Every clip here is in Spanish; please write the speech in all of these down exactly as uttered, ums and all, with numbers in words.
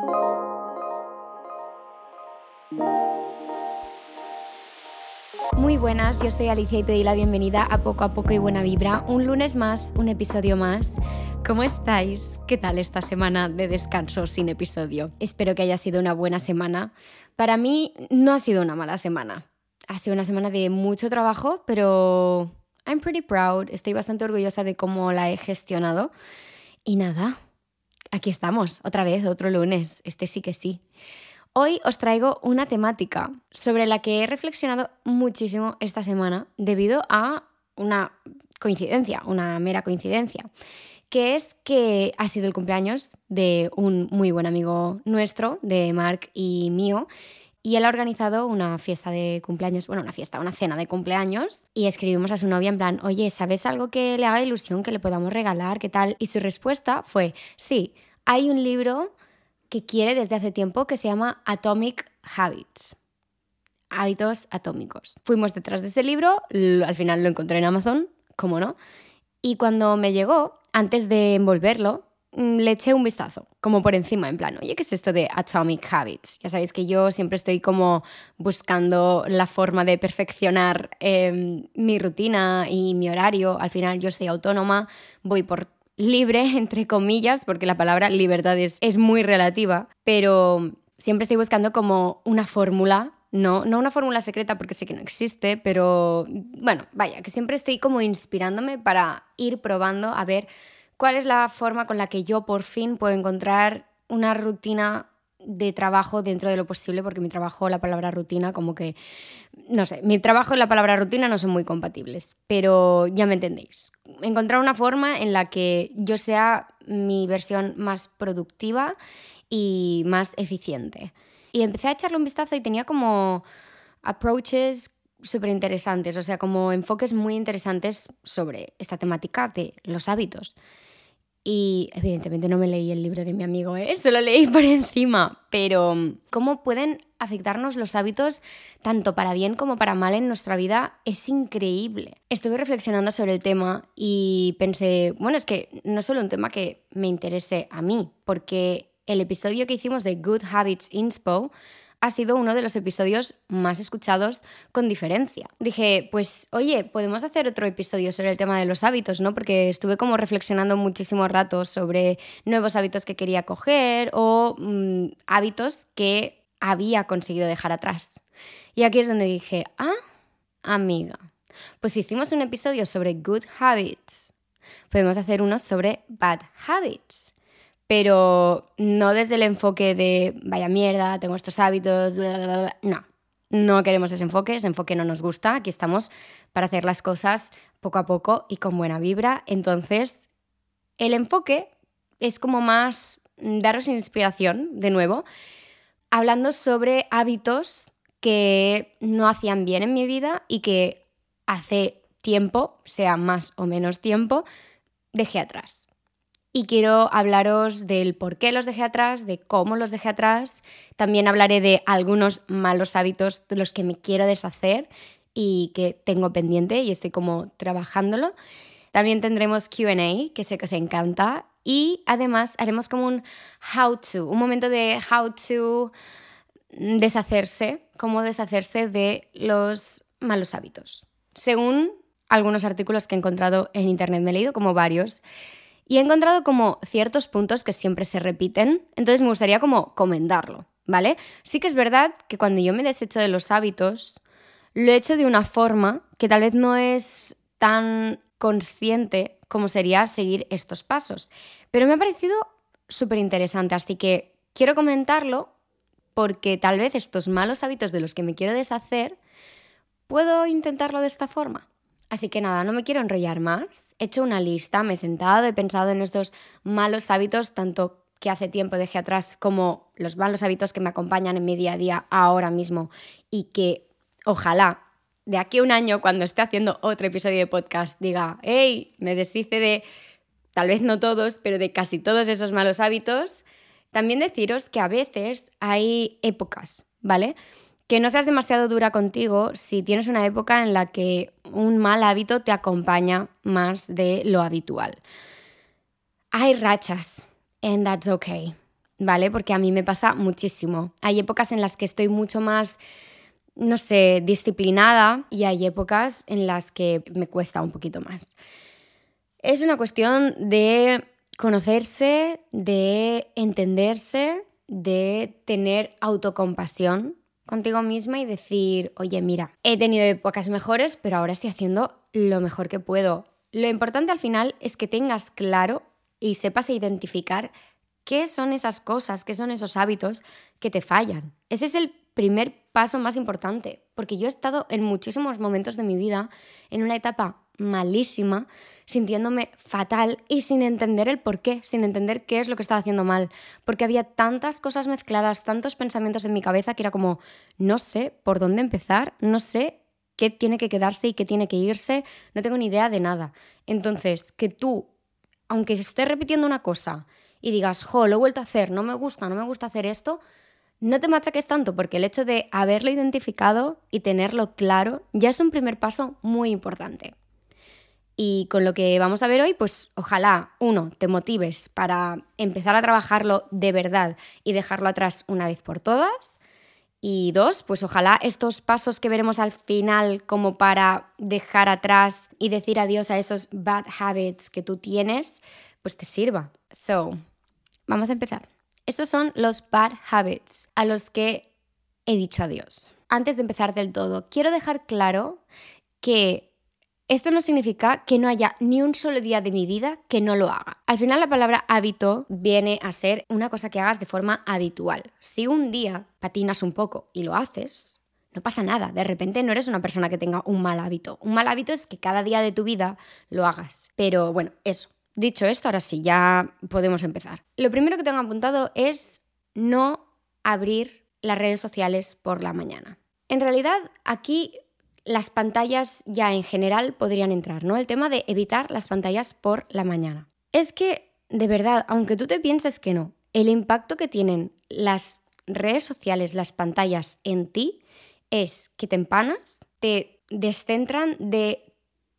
Muy buenas, yo soy Alicia y te doy la bienvenida a Poco a Poco y Buena Vibra. Un lunes más, un episodio más. ¿Cómo estáis? ¿Qué tal esta semana de descanso sin episodio? Espero que haya sido una buena semana. Para mí no ha sido una mala semana. Ha sido una semana de mucho trabajo, pero I'm pretty proud. Estoy bastante orgullosa de cómo la he gestionado. Y nada, aquí estamos, otra vez, otro lunes. Este sí que sí. Hoy os traigo una temática sobre la que he reflexionado muchísimo esta semana debido a una coincidencia, una mera coincidencia, que es que ha sido el cumpleaños de un muy buen amigo nuestro, de Marc y mío, y él ha organizado una fiesta de cumpleaños, bueno, una fiesta, una cena de cumpleaños, y escribimos a su novia en plan, oye, ¿sabes algo que le haga ilusión, que le podamos regalar, qué tal? Y su respuesta fue, sí, hay un libro que quiere desde hace tiempo que se llama Atomic Habits, hábitos atómicos. Fuimos detrás de ese libro, al final lo encontré en Amazon, cómo no, y cuando me llegó, antes de envolverlo, le eché un vistazo, como por encima, en plan, oye, ¿qué es esto de Atomic Habits? Ya sabéis que yo siempre estoy como buscando la forma de perfeccionar eh, mi rutina y mi horario. Al final yo soy autónoma, voy por libre, entre comillas, porque la palabra libertad es, es muy relativa, pero siempre estoy buscando como una fórmula, no, no una fórmula secreta porque sé que no existe, pero bueno, vaya, que siempre estoy como inspirándome para ir probando a ver cuál es la forma con la que yo por fin puedo encontrar una rutina de trabajo dentro de lo posible, porque mi trabajo, la palabra rutina, como que, no sé, mi trabajo y la palabra rutina no son muy compatibles, pero ya me entendéis. Encontrar una forma en la que yo sea mi versión más productiva y más eficiente. Y empecé a echarle un vistazo y tenía como approaches súper interesantes, o sea, como enfoques muy interesantes sobre esta temática de los hábitos. Y evidentemente no me leí el libro de mi amigo, ¿eh? Solo leí por encima, pero cómo pueden afectarnos los hábitos tanto para bien como para mal en nuestra vida es increíble. Estuve reflexionando sobre el tema y pensé, bueno, es que no es solo un tema que me interese a mí, porque el episodio que hicimos de Good Habits Inspo ha sido uno de los episodios más escuchados con diferencia. Dije, pues oye, podemos hacer otro episodio sobre el tema de los hábitos, ¿no? Porque estuve como reflexionando muchísimo rato sobre nuevos hábitos que quería coger o mmm, hábitos que había conseguido dejar atrás. Y aquí es donde dije, ah, amiga, pues si hicimos un episodio sobre good habits, podemos hacer uno sobre bad habits. Pero no desde el enfoque de vaya mierda, tengo estos hábitos, bla, bla, bla. No, no queremos ese enfoque, ese enfoque no nos gusta. Aquí estamos para hacer las cosas poco a poco y con buena vibra. Entonces, el enfoque es como más daros inspiración, de nuevo, hablando sobre hábitos que no hacían bien en mi vida y que hace tiempo, sea más o menos tiempo, dejé atrás. Y quiero hablaros del por qué los dejé atrás, de cómo los dejé atrás. También hablaré de algunos malos hábitos de los que me quiero deshacer y que tengo pendiente y estoy como trabajándolo. También tendremos Q and A, que sé que os encanta. Y además haremos como un how to, un momento de how to deshacerse, cómo deshacerse de los malos hábitos. Según algunos artículos que he encontrado en internet, me he leído como varios, y he encontrado como ciertos puntos que siempre se repiten, entonces me gustaría como comentarlo, ¿vale? Sí que es verdad que cuando yo me desecho de los hábitos, lo he hecho de una forma que tal vez no es tan consciente como sería seguir estos pasos, pero me ha parecido súper interesante, así que quiero comentarlo porque tal vez estos malos hábitos de los que me quiero deshacer, puedo intentarlo de esta forma. Así que nada, no me quiero enrollar más. He hecho una lista, me he sentado, he pensado en estos malos hábitos, tanto que hace tiempo dejé atrás como los malos hábitos que me acompañan en mi día a día ahora mismo y que ojalá de aquí a un año, cuando esté haciendo otro episodio de podcast, diga, hey, me deshice de, tal vez no todos, pero de casi todos esos malos hábitos. También deciros que a veces hay épocas, ¿vale? Que no seas demasiado dura contigo si tienes una época en la que un mal hábito te acompaña más de lo habitual. Hay rachas, and that's okay, ¿vale? Porque a mí me pasa muchísimo. Hay épocas en las que estoy mucho más, no sé, disciplinada y hay épocas en las que me cuesta un poquito más. Es una cuestión de conocerse, de entenderse, de tener autocompasión contigo misma y decir, oye, mira, he tenido épocas mejores, pero ahora estoy haciendo lo mejor que puedo. Lo importante al final es que tengas claro y sepas identificar qué son esas cosas, qué son esos hábitos que te fallan. Ese es el primer paso más importante, porque yo he estado en muchísimos momentos de mi vida en una etapa malísima, sintiéndome fatal y sin entender el por qué, sin entender qué es lo que estaba haciendo mal, porque había tantas cosas mezcladas, tantos pensamientos en mi cabeza que era como, no sé por dónde empezar, no sé qué tiene que quedarse y qué tiene que irse, no tengo ni idea de nada. Entonces, que tú, aunque estés repitiendo una cosa y digas, jo, lo he vuelto a hacer, no me gusta, no me gusta hacer esto, no te machaques tanto, porque el hecho de haberlo identificado y tenerlo claro ya es un primer paso muy importante. Y con lo que vamos a ver hoy, pues ojalá, uno, te motives para empezar a trabajarlo de verdad y dejarlo atrás una vez por todas. Y dos, pues ojalá estos pasos que veremos al final como para dejar atrás y decir adiós a esos bad habits que tú tienes, pues te sirva. So, vamos a empezar. Estos son los bad habits a los que he dicho adiós. Antes de empezar del todo, quiero dejar claro que esto no significa que no haya ni un solo día de mi vida que no lo haga. Al final la palabra hábito viene a ser una cosa que hagas de forma habitual. Si un día patinas un poco y lo haces, no pasa nada. De repente no eres una persona que tenga un mal hábito. Un mal hábito es que cada día de tu vida lo hagas. Pero bueno, eso. Dicho esto, ahora sí, ya podemos empezar. Lo primero que tengo apuntado es no abrir las redes sociales por la mañana. En realidad, aquí las pantallas ya en general podrían entrar, ¿no? El tema de evitar las pantallas por la mañana. Es que, de verdad, aunque tú te pienses que no, el impacto que tienen las redes sociales, las pantallas en ti, es que te empanas, te descentran de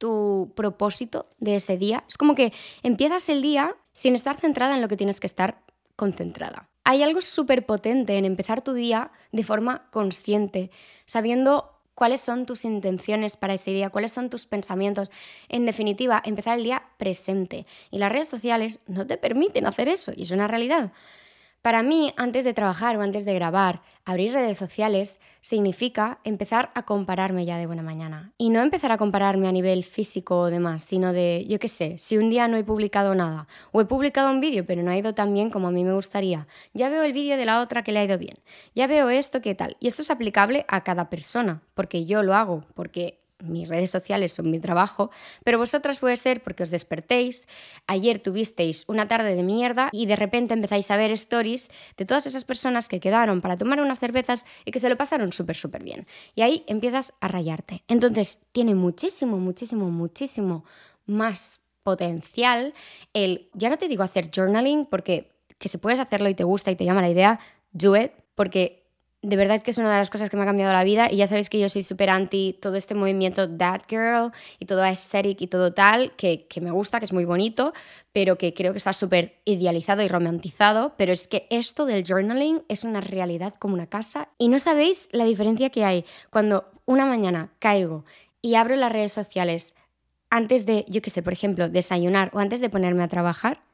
tu propósito de ese día. Es como que empiezas el día sin estar centrada en lo que tienes que estar concentrada. Hay algo súper potente en empezar tu día de forma consciente, sabiendo cuáles son tus intenciones para ese día, cuáles son tus pensamientos. En definitiva, empezar el día presente. Y las redes sociales no te permiten hacer eso, y es una realidad. Para mí, antes de trabajar o antes de grabar, abrir redes sociales significa empezar a compararme ya de buena mañana. Y no empezar a compararme a nivel físico o demás, sino de, yo qué sé, si un día no he publicado nada, o he publicado un vídeo pero no ha ido tan bien como a mí me gustaría, ya veo el vídeo de la otra que le ha ido bien, ya veo esto, qué tal. Y esto es aplicable a cada persona, porque yo lo hago, porque mis redes sociales son mi trabajo, pero vosotras puede ser porque os despertéis, ayer tuvisteis una tarde de mierda y de repente empezáis a ver stories de todas esas personas que quedaron para tomar unas cervezas y que se lo pasaron súper, súper bien. Y ahí empiezas a rayarte. Entonces tiene muchísimo, muchísimo, muchísimo más potencial el, ya no te digo hacer journaling, porque que si puedes hacerlo y te gusta y te llama la idea, do it, porque de verdad que es una de las cosas que me ha cambiado la vida y ya sabéis que yo soy súper anti todo este movimiento that girl y todo aesthetic y todo tal, que, que me gusta, que es muy bonito, pero que creo que está súper idealizado y romantizado, pero es que esto del journaling es una realidad como una casa y no sabéis la diferencia que hay cuando una mañana caigo y abro las redes sociales antes de, yo qué sé, por ejemplo, desayunar o antes de ponerme a trabajar,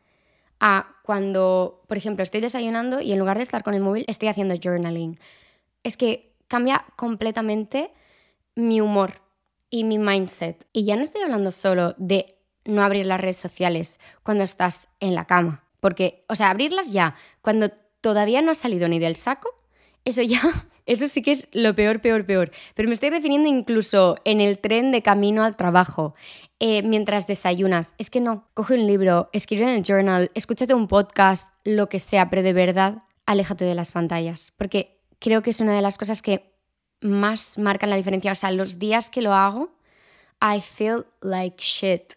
a cuando, por ejemplo, estoy desayunando y en lugar de estar con el móvil estoy haciendo journaling. Es que cambia completamente mi humor y mi mindset. Y ya no estoy hablando solo de no abrir las redes sociales cuando estás en la cama. Porque, o sea, abrirlas ya cuando todavía no has salido ni del saco, eso ya, eso sí que es lo peor, peor, peor. Pero me estoy refiriendo incluso en el tren de camino al trabajo, eh, mientras desayunas. Es que no, coge un libro, escribe en el journal, escúchate un podcast, lo que sea, pero de verdad, aléjate de las pantallas. Porque creo que es una de las cosas que más marcan la diferencia. O sea, los días que lo hago, I feel like shit.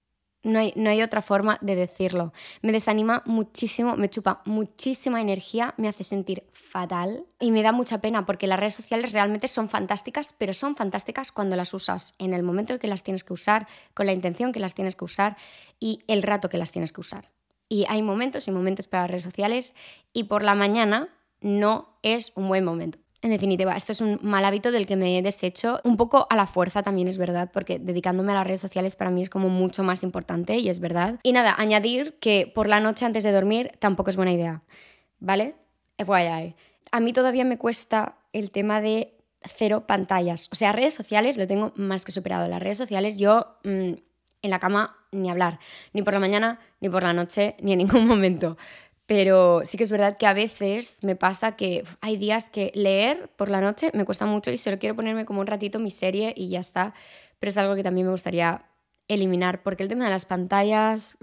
No hay, no hay otra forma de decirlo. Me desanima muchísimo, me chupa muchísima energía, me hace sentir fatal y me da mucha pena porque las redes sociales realmente son fantásticas, pero son fantásticas cuando las usas en el momento en que las tienes que usar, con la intención que las tienes que usar y el rato que las tienes que usar. Y hay momentos y momentos para las redes sociales y por la mañana no es un buen momento. En definitiva, esto es un mal hábito del que me he deshecho un poco a la fuerza, también es verdad, porque dedicándome a las redes sociales para mí es como mucho más importante y es verdad. Y nada, añadir que por la noche antes de dormir tampoco es buena idea, ¿vale? F Y I. A mí todavía me cuesta el tema de cero pantallas. O sea, redes sociales lo tengo más que superado. Las redes sociales yo mmm, en la cama ni hablar, ni por la mañana, ni por la noche, ni en ningún momento. Pero sí que es verdad que a veces me pasa que hay días que leer por la noche me cuesta mucho y solo quiero ponerme como un ratito mi serie y ya está. Pero es algo que también me gustaría eliminar porque el tema de las pantallas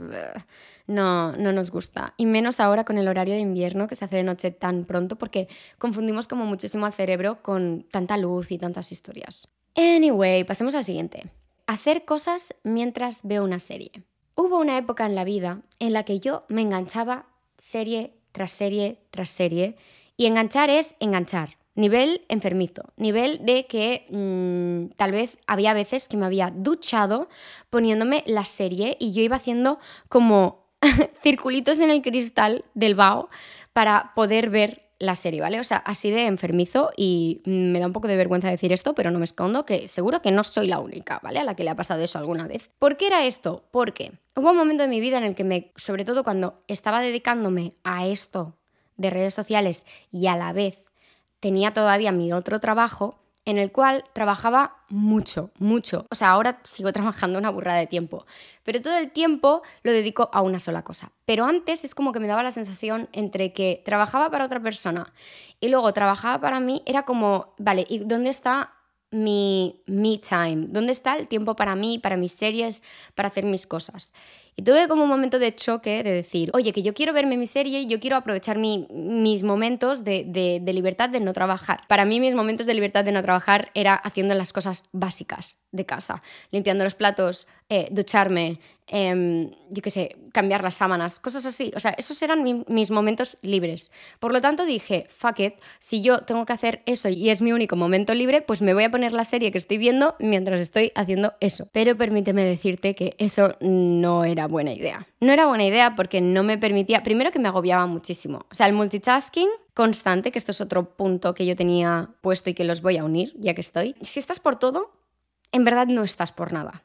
no, no nos gusta. Y menos ahora con el horario de invierno que se hace de noche tan pronto porque confundimos como muchísimo al cerebro con tanta luz y tantas historias. Anyway, pasemos al siguiente. Hacer cosas mientras veo una serie. Hubo una época en la vida en la que yo me enganchaba serie tras serie tras serie y enganchar es enganchar, nivel enfermizo, nivel de que mmm, tal vez había veces que me había duchado poniéndome la serie y yo iba haciendo como circulitos en el cristal del vaho para poder ver la serie, ¿vale? O sea, así de enfermizo y me da un poco de vergüenza decir esto, pero no me escondo que seguro que no soy la única, ¿vale? A la que le ha pasado eso alguna vez. ¿Por qué era esto? Porque hubo un momento de mi vida en el que me, sobre todo cuando estaba dedicándome a esto de redes sociales y a la vez tenía todavía mi otro trabajo, en el cual trabajaba mucho, mucho. O sea, ahora sigo trabajando una burrada de tiempo, pero todo el tiempo lo dedico a una sola cosa. Pero antes es como que me daba la sensación entre que trabajaba para otra persona y luego trabajaba para mí, era como, vale, ¿y dónde está mi me time? ¿Dónde está el tiempo para mí, para mis series, para hacer mis cosas? Y tuve como un momento de choque de decir, oye, que yo quiero verme mi serie y yo quiero aprovechar mi, mis momentos de, de, de libertad de no trabajar. Para mí mis momentos de libertad de no trabajar era haciendo las cosas básicas de casa, limpiando los platos, eh, ducharme, eh, yo qué sé, cambiar las sábanas, cosas así. O sea, esos eran mi, mis momentos libres. Por lo tanto dije, fuck it, si yo tengo que hacer eso y es mi único momento libre, pues me voy a poner la serie que estoy viendo mientras estoy haciendo eso. Pero permíteme decirte que eso no era buena idea. No era buena idea porque no me permitía, primero que me agobiaba muchísimo. O sea, el multitasking constante, que esto es otro punto que yo tenía puesto y que los voy a unir, ya que estoy. Si estás por todo, en verdad no estás por nada.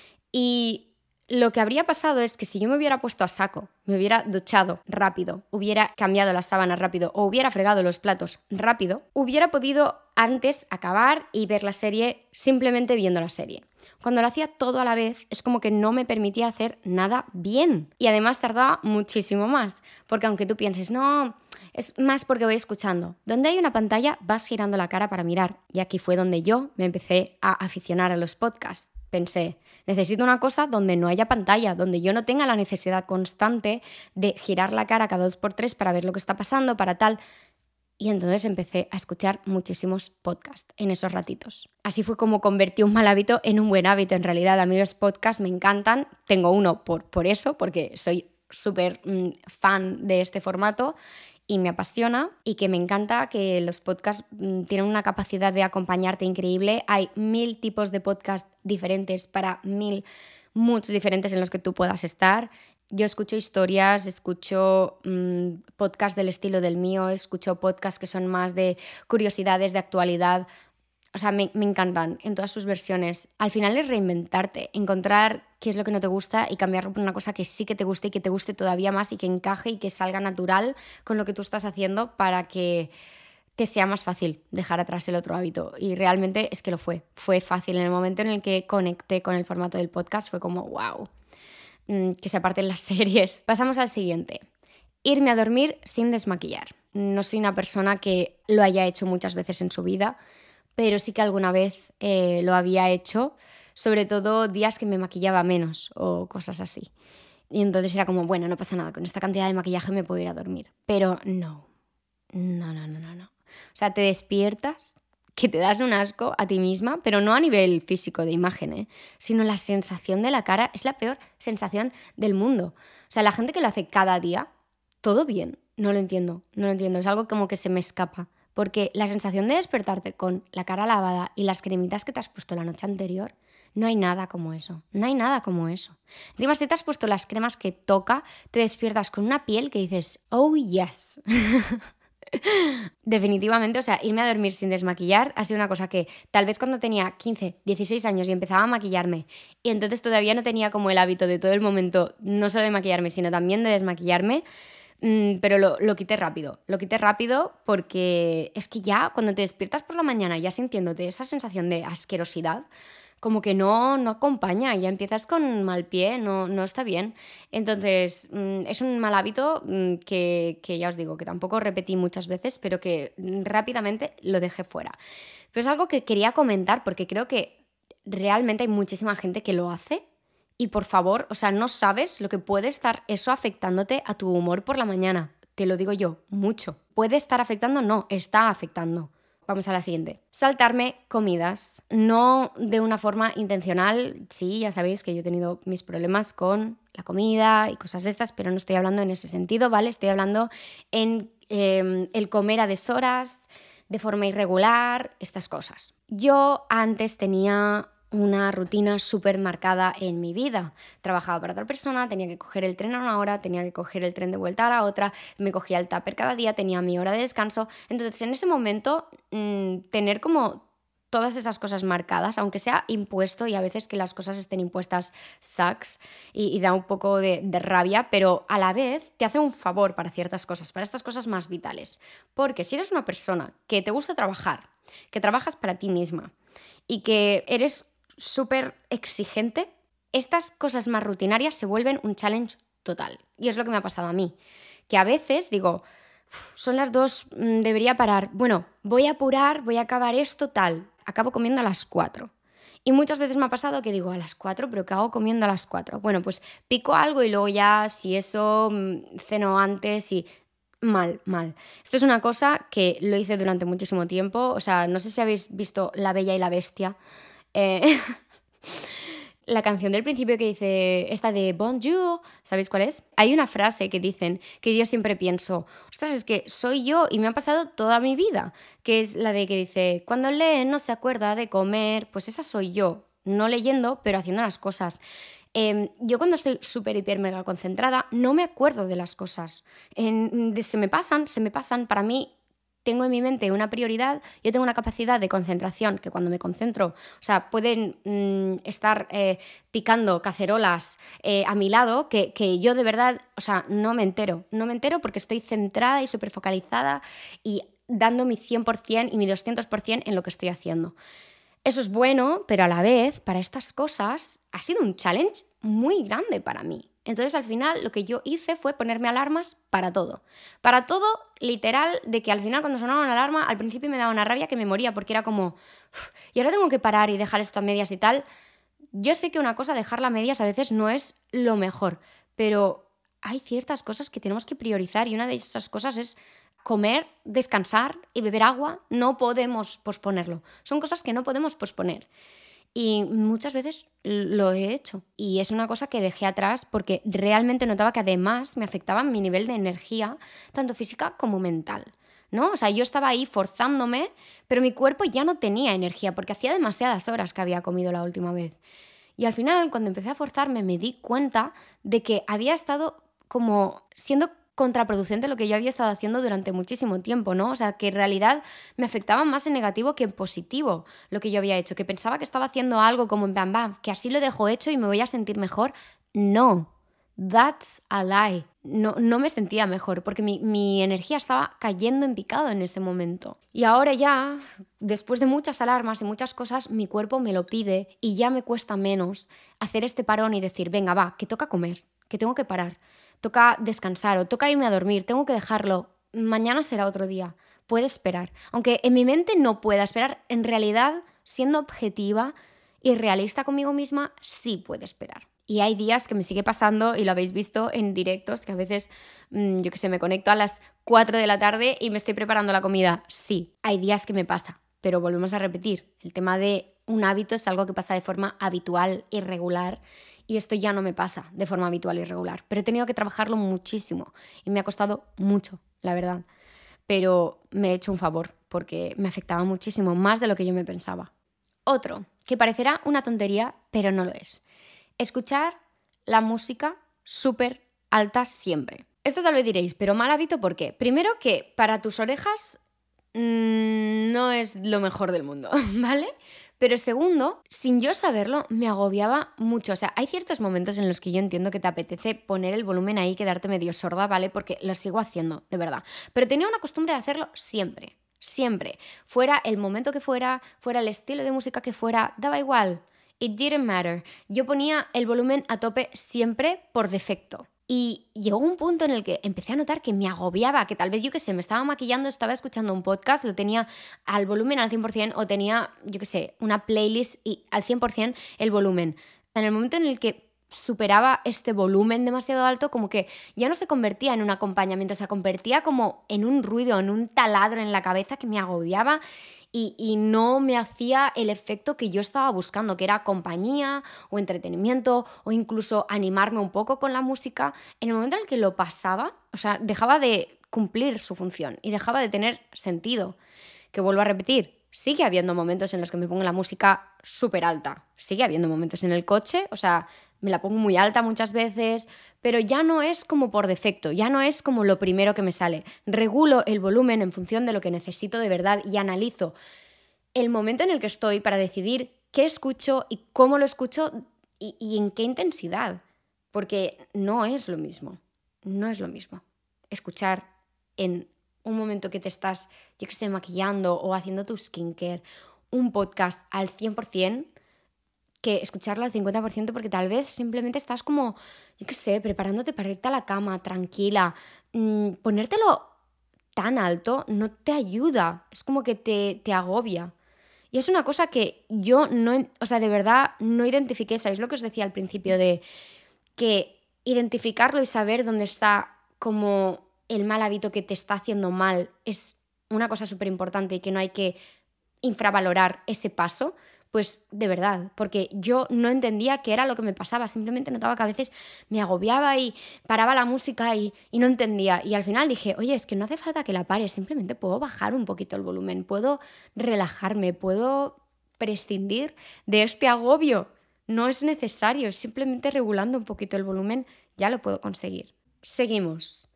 Y lo que habría pasado es que si yo me hubiera puesto a saco, me hubiera duchado rápido, hubiera cambiado las sábanas rápido o hubiera fregado los platos rápido, hubiera podido antes acabar y ver la serie simplemente viendo la serie. Cuando lo hacía todo a la vez, es como que no me permitía hacer nada bien. Y además tardaba muchísimo más, porque aunque tú pienses, no, es más porque voy escuchando. Donde hay una pantalla, vas girando la cara para mirar. Y aquí fue donde yo me empecé a aficionar a los podcasts. Pensé, necesito una cosa donde no haya pantalla, donde yo no tenga la necesidad constante de girar la cara cada dos por tres para ver lo que está pasando, para tal. Y entonces empecé a escuchar muchísimos podcasts en esos ratitos. Así fue como convertí un mal hábito en un buen hábito. En realidad, a mí los podcasts me encantan. Tengo uno por, por eso, porque soy súper mmm, fan de este formato y me apasiona, y que me encanta que los podcasts mmm, tienen una capacidad de acompañarte increíble. Hay mil tipos de podcasts diferentes para mil moods diferentes en los que tú puedas estar. Yo escucho historias, escucho mmm, podcasts del estilo del mío, escucho podcasts que son más de curiosidades, de actualidad. O sea, me, me encantan en todas sus versiones. Al final es reinventarte, encontrar qué es lo que no te gusta y cambiarlo por una cosa que sí que te guste y que te guste todavía más y que encaje y que salga natural con lo que tú estás haciendo para que te sea más fácil dejar atrás el otro hábito. Y realmente es que lo fue. Fue fácil. En el momento en el que conecté con el formato del podcast fue como wow, que se aparten las series. Pasamos al siguiente. Irme a dormir sin desmaquillar. No soy una persona que lo haya hecho muchas veces en su vida, pero sí que alguna vez eh, lo había hecho, sobre todo días que me maquillaba menos o cosas así. Y entonces era como, bueno, no pasa nada, con esta cantidad de maquillaje me puedo ir a dormir. Pero no, no, no, no, no, no. O sea, te despiertas, que te das un asco a ti misma, pero no a nivel físico de imagen, ¿eh? Sino la sensación de la cara es la peor sensación del mundo. O sea, la gente que lo hace cada día, todo bien, no lo entiendo, no lo entiendo. Es algo como que se me escapa. Porque la sensación de despertarte con la cara lavada y las cremitas que te has puesto la noche anterior, No hay nada como eso, no hay nada como eso. Encima, si te has puesto las cremas que toca, te despiertas con una piel que dices, oh yes. Definitivamente, o sea, irme a dormir sin desmaquillar ha sido una cosa que tal vez cuando tenía quince, dieciséis años y empezaba a maquillarme y entonces todavía no tenía como el hábito de todo el momento, no solo de maquillarme, sino también de desmaquillarme, mmm, pero lo, lo quité rápido, lo quité rápido porque es que ya cuando te despiertas por la mañana ya sintiéndote esa sensación de asquerosidad, como que no, no acompaña, ya empiezas con mal pie, no, no está bien. Entonces, mmm, es un mal hábito mmm, que, que ya os digo, que tampoco repetí muchas veces, pero que rápidamente lo dejé fuera. Pero es algo que quería comentar porque creo que realmente hay muchísima gente que lo hace y por favor, o sea, no sabes lo que puede estar eso afectándote a tu humor por la mañana. Te lo digo yo, mucho. ¿Puede estar afectando? No, está afectando. Vamos a la siguiente. Saltarme comidas. No de una forma intencional. Sí, ya sabéis que yo he tenido mis problemas con la comida y cosas de estas, pero no estoy hablando en ese sentido, ¿vale? Estoy hablando en eh, el comer a deshoras, de forma irregular, estas cosas. Yo antes tenía una rutina súper marcada en mi vida. Trabajaba para otra persona, tenía que coger el tren a una hora, tenía que coger el tren de vuelta a la otra, me cogía el tupper cada día, tenía mi hora de descanso. Entonces, en ese momento, mmm, tener como todas esas cosas marcadas, aunque sea impuesto, y a veces que las cosas estén impuestas sucks y, y da un poco de, de rabia, pero a la vez te hace un favor para ciertas cosas, para estas cosas más vitales. Porque si eres una persona que te gusta trabajar, que trabajas para ti misma y que eres súper exigente, estas cosas más rutinarias se vuelven un challenge total. Y es lo que me ha pasado a mí. Que a veces digo, son las dos, debería parar. Bueno, voy a apurar, voy a acabar esto, tal. Acabo comiendo a las cuatro. Y muchas veces me ha pasado que digo, a las cuatro, ¿pero qué hago comiendo a las cuatro? Bueno, pues pico algo y luego ya, si eso, ceno antes y... Mal, mal. Esto es una cosa que lo hice durante muchísimo tiempo. O sea, no sé si habéis visto La Bella y la Bestia. Eh, la canción del principio que dice, esta de Bonjour, ¿sabéis cuál es? Hay una frase que dicen que yo siempre pienso, ostras, es que soy yo y me ha pasado toda mi vida, que es la de que dice, cuando lee no se acuerda de comer, pues esa soy yo, no leyendo, pero haciendo las cosas. Eh, yo cuando estoy súper, hiper, mega concentrada, no me acuerdo de las cosas. En, de, se me pasan, se me pasan, para mí... Tengo en mi mente una prioridad, yo tengo una capacidad de concentración que cuando me concentro, o sea, pueden mmm, estar eh, picando cacerolas eh, a mi lado que, que yo de verdad, o sea, no me entero, no me entero porque estoy centrada y súper focalizada y dando mi cien por ciento y mi doscientos por ciento en lo que estoy haciendo. Eso es bueno, pero a la vez, para estas cosas, ha sido un challenge muy grande para mí. Entonces, al final, lo que yo hice fue ponerme alarmas para todo. Para todo, literal, de que al final, cuando sonaba una alarma, al principio me daba una rabia que me moría, porque era como, y ahora tengo que parar y dejar esto a medias y tal. Yo sé que una cosa, dejarla a medias a veces no es lo mejor, pero hay ciertas cosas que tenemos que priorizar y una de esas cosas es comer, descansar y beber agua. No podemos posponerlo. Son cosas que no podemos posponer. Y muchas veces lo he hecho. Y es una cosa que dejé atrás porque realmente notaba que además me afectaba mi nivel de energía, tanto física como mental, ¿no? O sea, yo estaba ahí forzándome, pero mi cuerpo ya no tenía energía porque hacía demasiadas horas que había comido la última vez. Y al final, cuando empecé a forzarme, me di cuenta de que había estado como siendo contraproducente lo que yo había estado haciendo durante muchísimo tiempo, ¿no? O sea, que en realidad me afectaba más en negativo que en positivo lo que yo había hecho, que pensaba que estaba haciendo algo como en bam, bam, que así lo dejo hecho y me voy a sentir mejor. No, that's a lie. No, no me sentía mejor porque mi, mi energía estaba cayendo en picado en ese momento. Y ahora ya, después de muchas alarmas y muchas cosas, mi cuerpo me lo pide y ya me cuesta menos hacer este parón y decir, venga, va, que toca comer, que tengo que parar. Toca descansar o toca irme a dormir, tengo que dejarlo, mañana será otro día, puede esperar. Aunque en mi mente no pueda esperar, en realidad, siendo objetiva y realista conmigo misma, sí puede esperar. Y hay días que me sigue pasando, y lo habéis visto en directos, que a veces, mmm, yo qué sé, me conecto a las cuatro de la tarde y me estoy preparando la comida. Sí, hay días que me pasa, pero volvemos a repetir. El tema de un hábito es algo que pasa de forma habitual y regular. Y esto ya no me pasa de forma habitual y regular. Pero he tenido que trabajarlo muchísimo. Y me ha costado mucho, la verdad. Pero me he hecho un favor porque me afectaba muchísimo, más de lo que yo me pensaba. Otro, que parecerá una tontería, pero no lo es. Escuchar la música súper alta siempre. Esto tal vez diréis, pero mal hábito, ¿por qué? Primero que para tus orejas mmm, no es lo mejor del mundo, ¿vale? Pero segundo, sin yo saberlo, me agobiaba mucho. O sea, hay ciertos momentos en los que yo entiendo que te apetece poner el volumen ahí y quedarte medio sorda, ¿vale? Porque lo sigo haciendo, de verdad. Pero tenía una costumbre de hacerlo siempre, siempre. Fuera el momento que fuera, fuera el estilo de música que fuera, daba igual. It didn't matter. Yo ponía el volumen a tope siempre por defecto. Y llegó un punto en el que empecé a notar que me agobiaba, que tal vez, yo qué sé, me estaba maquillando, estaba escuchando un podcast, lo tenía al volumen al cien por ciento o tenía, yo qué sé, una playlist y al cien por ciento el volumen. En el momento en el que superaba este volumen demasiado alto, como que ya no se convertía en un acompañamiento, se convertía como en un ruido, en un taladro en la cabeza que me agobiaba y, y no me hacía el efecto que yo estaba buscando, que era compañía o entretenimiento o incluso animarme un poco con la música. En el momento en el que lo pasaba, o sea, dejaba de cumplir su función y dejaba de tener sentido. Que vuelvo a repetir, sigue habiendo momentos en los que me pongo la música súper alta, sigue habiendo momentos en el coche, o sea, me la pongo muy alta muchas veces, pero ya no es como por defecto, ya no es como lo primero que me sale. Regulo el volumen en función de lo que necesito de verdad y analizo el momento en el que estoy para decidir qué escucho y cómo lo escucho y, y en qué intensidad, porque no es lo mismo, no es lo mismo escuchar en un momento que te estás, yo que sé, maquillando o haciendo tu skincare, un podcast al cien por ciento que escucharlo al cincuenta por ciento porque tal vez simplemente estás como, yo qué sé, preparándote para irte a la cama, tranquila. Mm, ponértelo tan alto no te ayuda, es como que te, te agobia. Y es una cosa que yo no, o sea, de verdad no identifiqué, ¿sabéis lo que os decía al principio? De que identificarlo y saber dónde está como el mal hábito que te está haciendo mal es una cosa súper importante y que no hay que infravalorar ese paso. Pues de verdad, porque yo no entendía qué era lo que me pasaba, simplemente notaba que a veces me agobiaba y paraba la música y, y no entendía. Y al final dije, oye, es que no hace falta que la pares, simplemente puedo bajar un poquito el volumen, puedo relajarme, puedo prescindir de este agobio. No es necesario, simplemente regulando un poquito el volumen ya lo puedo conseguir. Seguimos.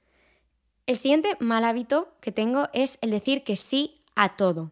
El siguiente mal hábito que tengo es el decir que sí a todo.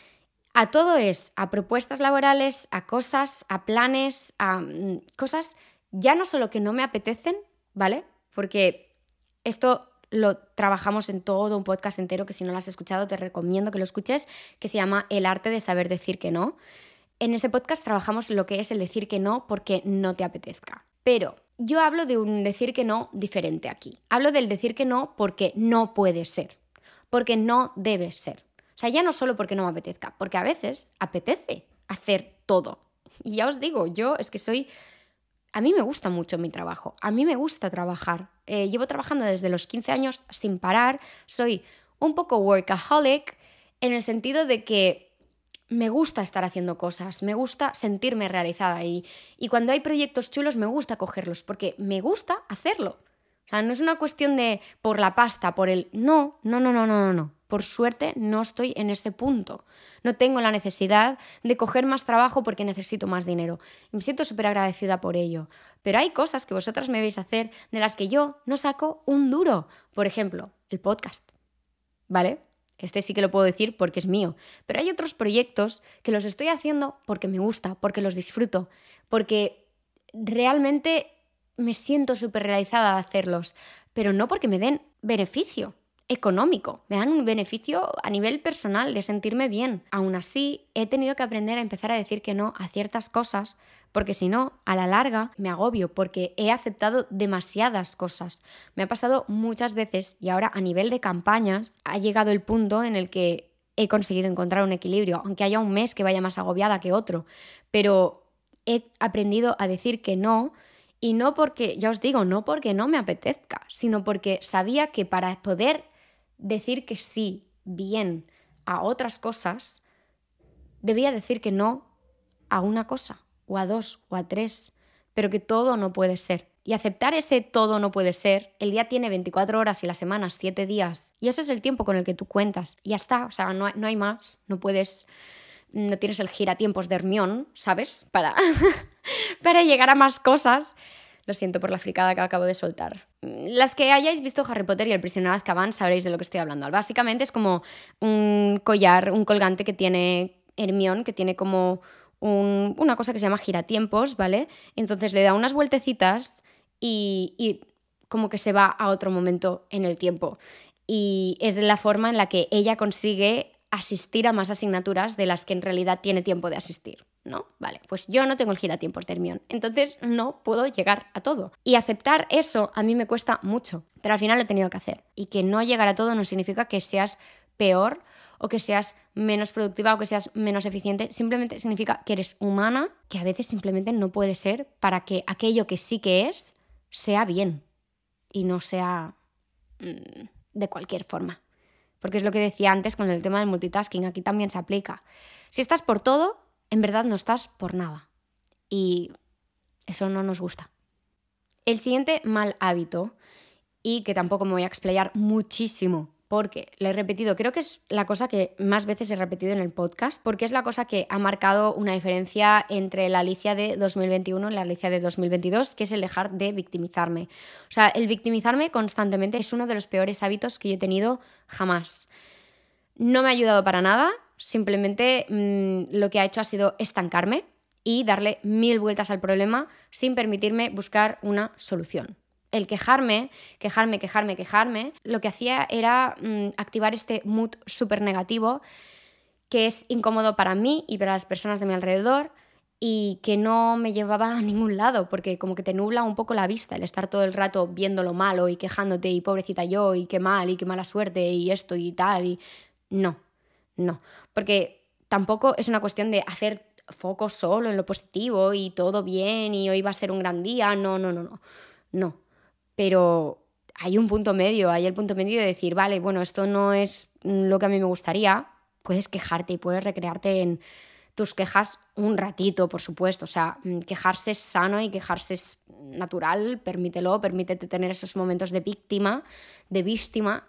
A todo es, a propuestas laborales, a cosas, a planes, a mm, cosas ya no solo que no me apetecen, ¿vale? Porque esto lo trabajamos en todo un podcast entero que si no lo has escuchado te recomiendo que lo escuches, que se llama El arte de saber decir que no. En ese podcast trabajamos lo que es el decir que no porque no te apetezca. Pero yo hablo de un decir que no diferente aquí. Hablo del decir que no porque no puede ser, porque no debe ser. O sea, ya no solo porque no me apetezca, porque a veces apetece hacer todo. Y ya os digo, yo es que soy... A mí me gusta mucho mi trabajo, a mí me gusta trabajar. Eh, llevo trabajando desde los quince años sin parar, soy un poco workaholic en el sentido de que me gusta estar haciendo cosas, me gusta sentirme realizada y, y cuando hay proyectos chulos me gusta cogerlos porque me gusta hacerlo. O sea, no es una cuestión de por la pasta, por el... No, no, no, no, no, no, no. Por suerte no estoy en ese punto. No tengo la necesidad de coger más trabajo porque necesito más dinero. Y me siento súper agradecida por ello. Pero hay cosas que vosotras me veis hacer de las que yo no saco un duro. Por ejemplo, el podcast. ¿Vale? Este sí que lo puedo decir porque es mío. Pero hay otros proyectos que los estoy haciendo porque me gusta, porque los disfruto, porque realmente me siento súper realizada de hacerlos, pero no porque me den beneficio económico, me dan un beneficio a nivel personal de sentirme bien. Aún así, he tenido que aprender a empezar a decir que no a ciertas cosas, porque si no, a la larga me agobio, porque he aceptado demasiadas cosas. Me ha pasado muchas veces y ahora a nivel de campañas ha llegado el punto en el que he conseguido encontrar un equilibrio, aunque haya un mes que vaya más agobiada que otro, pero he aprendido a decir que no. Y no porque, ya os digo, no porque no me apetezca, sino porque sabía que para poder decir que sí bien a otras cosas, debía decir que no a una cosa, o a dos, o a tres, pero que todo no puede ser. Y aceptar ese todo no puede ser, el día tiene veinticuatro horas y la semana siete días, y ese es el tiempo con el que tú cuentas, y ya está, o sea, no, no hay más, no puedes no tienes el giratiempos de Hermione, ¿sabes? Para, para llegar a más cosas. Lo siento por la fricada que acabo de soltar. Las que hayáis visto Harry Potter y el prisionero de Azkaban sabréis de lo que estoy hablando. Básicamente es como un collar, un colgante que tiene Hermione, que tiene como un, una cosa que se llama giratiempos, ¿vale? Entonces le da unas vueltecitas y, y como que se va a otro momento en el tiempo. Y es la forma en la que ella consigue asistir a más asignaturas de las que en realidad tiene tiempo de asistir, ¿no? Vale, pues yo no tengo el giratiempos de Hermione, entonces no puedo llegar a todo. Y aceptar eso a mí me cuesta mucho, pero al final lo he tenido que hacer. Y que no llegar a todo no significa que seas peor o que seas menos productiva o que seas menos eficiente, simplemente significa que eres humana, que a veces simplemente no puede ser para que aquello que sí que es, sea bien y no sea mmm, de cualquier forma. Porque es lo que decía antes con el tema del multitasking, aquí también se aplica. Si estás por todo, en verdad no estás por nada. Y eso no nos gusta. El siguiente mal hábito, y que tampoco me voy a explayar muchísimo, porque lo he repetido, creo que es la cosa que más veces he repetido en el podcast, porque es la cosa que ha marcado una diferencia entre la Alicia de dos mil veintiuno y la Alicia de dos mil veintidós, que es el dejar de victimizarme. O sea, el victimizarme constantemente es uno de los peores hábitos que yo he tenido jamás. No me ha ayudado para nada, simplemente mmm, lo que ha hecho ha sido estancarme y darle mil vueltas al problema sin permitirme buscar una solución. El quejarme, quejarme, quejarme, quejarme, lo que hacía era mmm, activar este mood súper negativo que es incómodo para mí y para las personas de mi alrededor y que no me llevaba a ningún lado, porque como que te nubla un poco la vista el estar todo el rato viendo lo malo y quejándote y pobrecita yo y qué mal y qué mala suerte y esto y tal. Y no, no, porque tampoco es una cuestión de hacer foco solo en lo positivo y todo bien y hoy va a ser un gran día. No, no, no, no, no. Pero hay un punto medio, hay el punto medio de decir, vale, bueno, esto no es lo que a mí me gustaría, puedes quejarte y puedes recrearte en tus quejas un ratito, por supuesto, o sea, quejarse es sano y quejarse es natural, permítelo, permítete tener esos momentos de víctima, de víctima,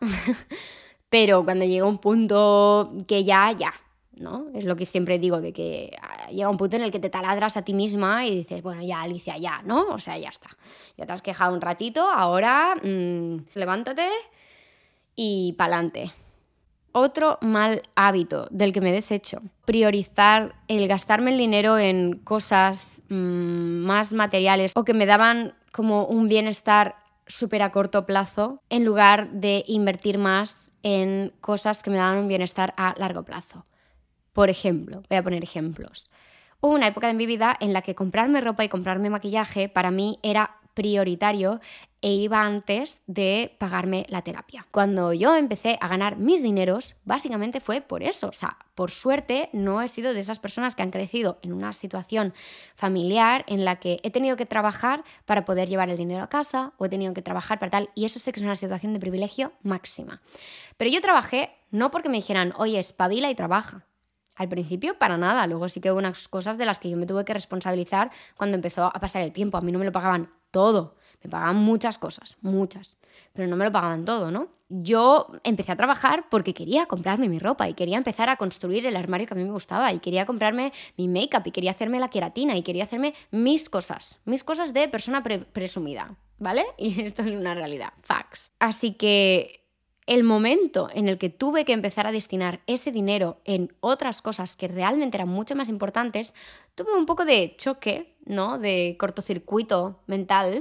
pero cuando llega un punto que ya, ya, ¿no? Es lo que siempre digo, de que llega un punto en el que te taladras a ti misma y dices, bueno, ya, Alicia, ya, ¿no? O sea, ya está. Ya te has quejado un ratito, ahora mmm, levántate y pa'lante. Otro mal hábito del que me he deshecho, priorizar el gastarme el dinero en cosas mmm, más materiales o que me daban como un bienestar súper a corto plazo en lugar de invertir más en cosas que me daban un bienestar a largo plazo. Por ejemplo, voy a poner ejemplos. Hubo una época de mi vida en la que comprarme ropa y comprarme maquillaje para mí era prioritario e iba antes de pagarme la terapia. Cuando yo empecé a ganar mis dineros, básicamente fue por eso. O sea, por suerte no he sido de esas personas que han crecido en una situación familiar en la que he tenido que trabajar para poder llevar el dinero a casa o he tenido que trabajar para tal, y eso sé que es una situación de privilegio máxima. Pero yo trabajé no porque me dijeran, oye, espabila y trabaja. Al principio, para nada. Luego sí que hubo unas cosas de las que yo me tuve que responsabilizar cuando empezó a pasar el tiempo. A mí no me lo pagaban todo. Me pagaban muchas cosas, muchas. Pero no me lo pagaban todo, ¿no? Yo empecé a trabajar porque quería comprarme mi ropa y quería empezar a construir el armario que a mí me gustaba y quería comprarme mi make-up y quería hacerme la queratina y quería hacerme mis cosas. Mis cosas de persona pre- presumida, ¿vale? Y esto es una realidad. Facts. Así que el momento en el que tuve que empezar a destinar ese dinero en otras cosas que realmente eran mucho más importantes, tuve un poco de choque, ¿no? De cortocircuito mental,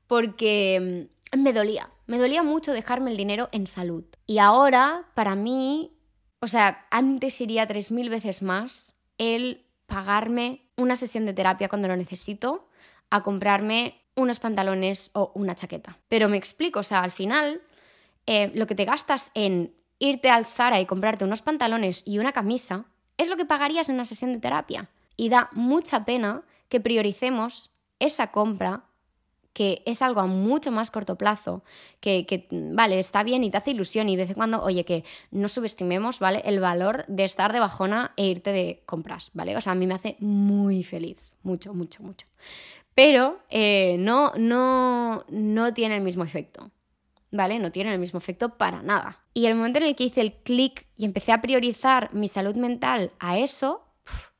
porque me dolía. Me dolía mucho dejarme el dinero en salud. Y ahora, para mí, o sea, antes iría tres mil veces más el pagarme una sesión de terapia cuando lo necesito a comprarme unos pantalones o una chaqueta. Pero me explico, o sea, al final Eh, lo que te gastas en irte al Zara y comprarte unos pantalones y una camisa es lo que pagarías en una sesión de terapia. Y da mucha pena que prioricemos esa compra, que es algo a mucho más corto plazo, que, que vale, está bien y te hace ilusión y de vez en cuando, oye, que no subestimemos, ¿vale?, el valor de estar de bajona e irte de compras, ¿vale? O sea, a mí me hace muy feliz, mucho, mucho, mucho. Pero eh, no, no, no tiene el mismo efecto. ¿Vale? No tienen el mismo efecto para nada. Y el momento en el que hice el clic y empecé a priorizar mi salud mental a eso,